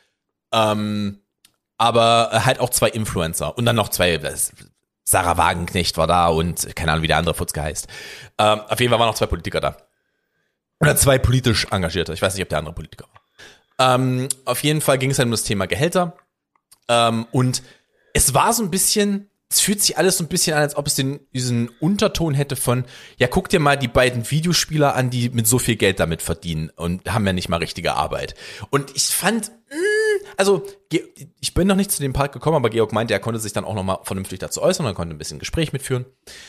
Aber halt auch 2 Influencer und dann noch 2, Sarah Wagenknecht war da und keine Ahnung, wie der andere Futzke heißt. Auf jeden Fall waren noch 2 Politiker da. Oder 2 politisch Engagierte, ich weiß nicht, ob der andere Politiker war. Auf jeden Fall ging es halt um das Thema Gehälter. Und es war so ein bisschen, es fühlt sich alles so ein bisschen an, als ob es diesen Unterton hätte von, ja, guck dir mal die beiden Videospieler an, die mit so viel Geld damit verdienen und haben ja nicht mal richtige Arbeit. Und ich fand, also, ich bin noch nicht zu dem Part gekommen, aber Georg meinte, er konnte sich dann auch noch mal vernünftig dazu äußern und konnte ein bisschen Gespräch mitführen.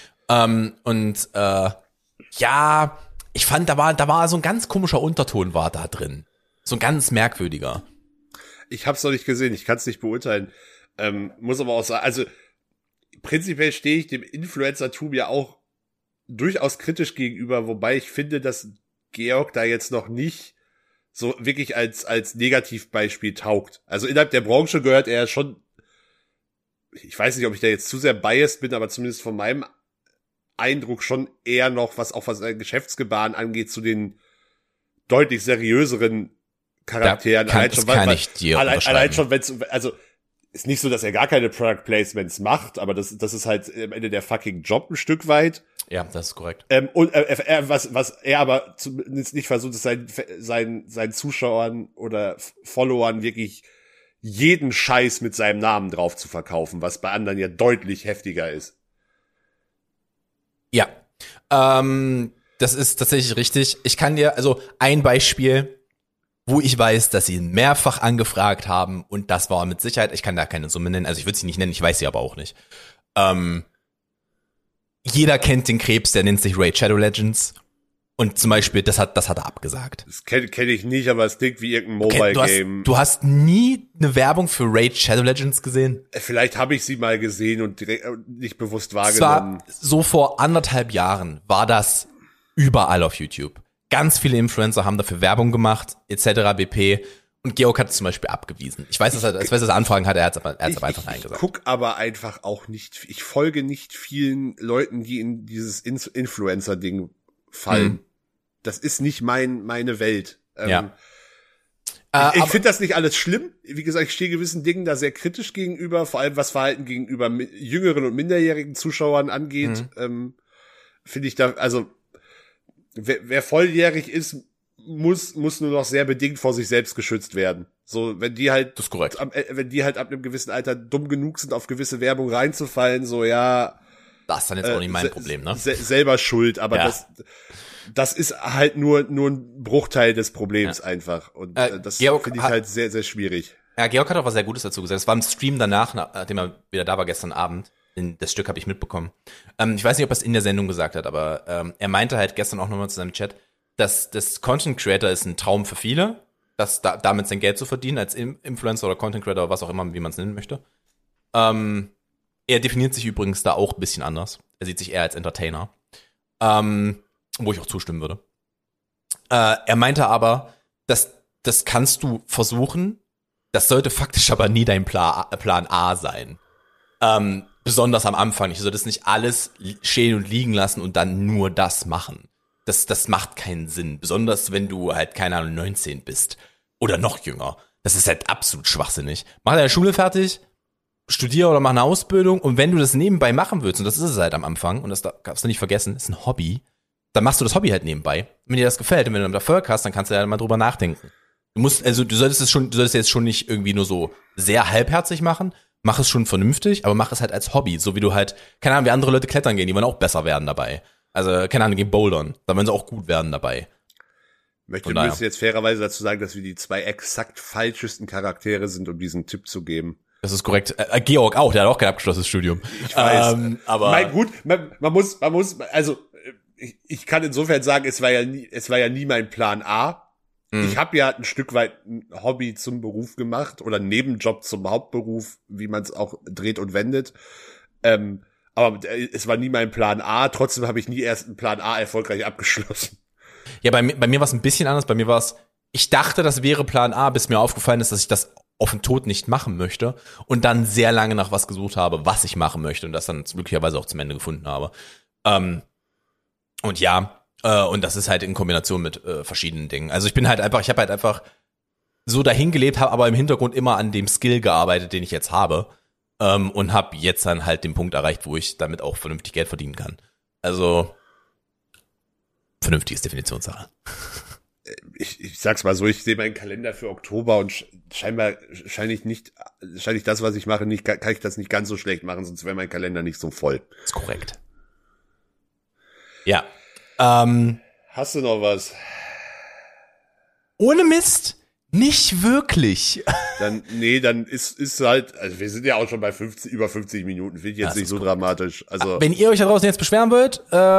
Ja, ich fand, da war so ein ganz komischer Unterton war da drin. So ein ganz merkwürdiger. Ich hab's noch nicht gesehen, ich kann's nicht beurteilen. Muss aber auch sagen, also prinzipiell stehe ich dem Influencer-Tum ja auch durchaus kritisch gegenüber, wobei ich finde, dass Georg da jetzt noch nicht so wirklich als Negativbeispiel taugt. Also innerhalb der Branche gehört er schon, ich weiß nicht, ob ich da jetzt zu sehr biased bin, aber zumindest von meinem Eindruck schon eher noch, was sein Geschäftsgebaren angeht, zu den deutlich seriöseren Charakteren. Allein schon, wenn's, also, ist nicht so, dass er gar keine Product Placements macht, aber das ist halt am Ende der fucking Job ein Stück weit. Ja, das ist korrekt. Was er aber zumindest nicht versucht, ist seinen Zuschauern oder Followern wirklich jeden Scheiß mit seinem Namen drauf zu verkaufen, was bei anderen ja deutlich heftiger ist. Ja, das ist tatsächlich richtig. Ich kann dir, also ein Beispiel, wo ich weiß, dass sie ihn mehrfach angefragt haben und das war mit Sicherheit, ich kann da keine Summe nennen, also ich würde sie nicht nennen, ich weiß sie aber auch nicht. Jeder kennt den Krebs, der nennt sich Raid Shadow Legends und zum Beispiel, das hat er abgesagt. Das kenn ich nicht, aber es klingt wie irgendein Mobile-Game. Du hast nie eine Werbung für Raid Shadow Legends gesehen? Vielleicht habe ich sie mal gesehen und direkt nicht bewusst Zwar wahrgenommen. so vor 1,5 Jahren war das überall auf YouTube. Ganz viele Influencer haben dafür Werbung gemacht, etc. bp. Und Georg hat es zum Beispiel abgewiesen. Ich weiß, dass er Anfragen hat, er hat es aber einfach Nein gesagt. Ich guck aber einfach auch nicht, ich folge nicht vielen Leuten, die in dieses Influencer-Ding fallen. Das ist nicht meine Welt. Ja. Ich finde das nicht alles schlimm. Wie gesagt, ich stehe gewissen Dingen da sehr kritisch gegenüber, vor allem was Verhalten gegenüber jüngeren und minderjährigen Zuschauern angeht. Finde ich da, also wer volljährig ist, muss nur noch sehr bedingt vor sich selbst geschützt werden. So, wenn die halt, das ist korrekt. Wenn die halt ab einem gewissen Alter dumm genug sind, auf gewisse Werbung reinzufallen, so, ja. Das ist dann jetzt auch nicht mein Problem, ne? Selber schuld, aber ja. Das ist halt nur ein Bruchteil des Problems einfach. Und das finde ich halt sehr, sehr schwierig. Ja, Georg hat auch was sehr Gutes dazu gesagt. Es war im Stream danach, nachdem er wieder da war gestern Abend. Das Stück habe ich mitbekommen. Ich weiß nicht, ob er es in der Sendung gesagt hat, aber er meinte halt gestern auch nochmal zu seinem Chat, dass das Content Creator ist ein Traum für viele, dass damit sein Geld zu verdienen als Influencer oder Content Creator oder was auch immer, wie man es nennen möchte. Er definiert sich übrigens da auch ein bisschen anders. Er sieht sich eher als Entertainer, wo ich auch zustimmen würde. Er meinte aber, dass das kannst du versuchen, das sollte faktisch aber nie dein Plan A sein. Besonders am Anfang. Ich sollte es nicht alles stehen und liegen lassen und dann nur das machen. Das macht keinen Sinn. Besonders wenn du halt, keine Ahnung, 19 bist. Oder noch jünger. Das ist halt absolut schwachsinnig. Mach deine Schule fertig, studier oder mach eine Ausbildung und wenn du das nebenbei machen willst, und das ist es halt am Anfang, und das darfst du nicht vergessen, ist ein Hobby, dann machst du das Hobby halt nebenbei. Wenn dir das gefällt und wenn du damit Erfolg hast, dann kannst du ja mal drüber nachdenken. Du solltest jetzt schon nicht irgendwie nur so sehr halbherzig machen, mach es schon vernünftig, aber mach es halt als Hobby, so wie du halt, keine Ahnung, wie andere Leute klettern gehen, die wollen auch besser werden dabei. Also, keine Ahnung, gehen bouldern, da wollen sie auch gut werden dabei. Wir müssen jetzt fairerweise dazu sagen, dass wir die 2 exakt falschesten Charaktere sind, um diesen Tipp zu geben. Das ist korrekt. Georg auch, der hat auch kein abgeschlossenes Studium. Ich weiß. Aber gut, man muss, also, ich kann insofern sagen, es war ja nie mein Plan A. Ich habe ja ein Stück weit ein Hobby zum Beruf gemacht oder einen Nebenjob zum Hauptberuf, wie man es auch dreht und wendet. Aber es war nie mein Plan A. Trotzdem habe ich nie erst einen Plan A erfolgreich abgeschlossen. Ja, bei mir war es ein bisschen anders. Bei mir war es, ich dachte, das wäre Plan A, bis mir aufgefallen ist, dass ich das auf den Tod nicht machen möchte und dann sehr lange nach was gesucht habe, was ich machen möchte und das dann glücklicherweise auch zum Ende gefunden habe. Und ja, und das ist halt in Kombination mit verschiedenen Dingen. Also ich habe halt einfach so dahin gelebt, habe aber im Hintergrund immer an dem Skill gearbeitet, den ich jetzt habe, und habe jetzt dann halt den Punkt erreicht, wo ich damit auch vernünftig Geld verdienen kann. Also vernünftiges Definitionssache. Ich sag's mal so, ich sehe meinen Kalender für Oktober und scheinbar das, was ich mache, kann ich das nicht ganz so schlecht machen, sonst wäre mein Kalender nicht so voll. Ist korrekt. Ja. Hast du noch was? Ohne Mist, nicht wirklich. Dann ist halt, also wir sind ja auch schon bei über 50 Minuten, finde ich jetzt nicht so dramatisch. Also wenn ihr euch da draußen jetzt beschweren wollt,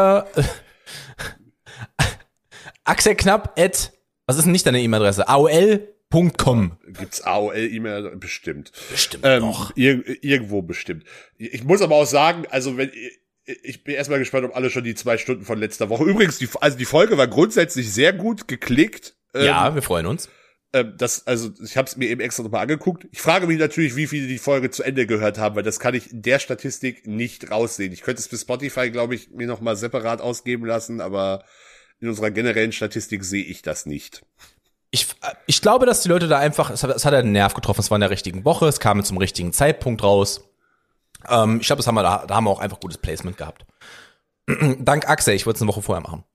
Axel Knapp was ist denn nicht deine E-Mail-Adresse? aol.com. Gibt's AOL-E-Mail? Bestimmt. Bestimmt noch. Irgendwo bestimmt. Ich muss aber auch sagen, also ich bin erstmal gespannt, ob alle schon die 2 Stunden von letzter Woche. Übrigens, die Folge war grundsätzlich sehr gut geklickt. Ja, wir freuen uns. Also ich habe es mir eben extra nochmal angeguckt. Ich frage mich natürlich, wie viele die Folge zu Ende gehört haben, weil das kann ich in der Statistik nicht raussehen. Ich könnte es für Spotify, glaube ich, mir nochmal separat ausgeben lassen, aber in unserer generellen Statistik sehe ich das nicht. Ich glaube, dass die Leute da einfach, es hat einen Nerv getroffen, es war in der richtigen Woche, es kam zum richtigen Zeitpunkt raus. Ich glaube, da haben wir auch einfach gutes Placement gehabt. Dank Axel, ich wollte es eine Woche vorher machen.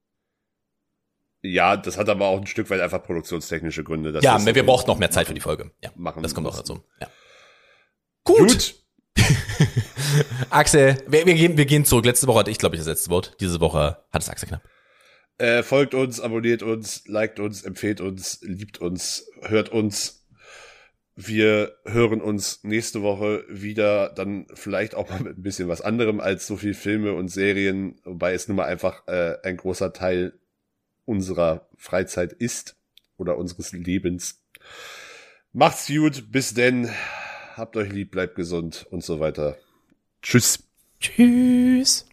Ja, das hat aber auch ein Stück weit einfach produktionstechnische Gründe. Ja, wir brauchten noch mehr Zeit für die Folge. Ja, das kommt auch dazu. Ja. Gut. Axel, wir gehen zurück. Letzte Woche hatte ich, glaube ich, das letzte Wort. Diese Woche hat es Axel knapp. Folgt uns, abonniert uns, liked uns, empfehlt uns, liebt uns, hört uns. Wir hören uns nächste Woche wieder, dann vielleicht auch mal mit ein bisschen was anderem als so viel Filme und Serien, wobei es nun mal einfach ein großer Teil unserer Freizeit ist oder unseres Lebens. Macht's gut, bis denn, habt euch lieb, bleibt gesund und so weiter. Tschüss. Tschüss.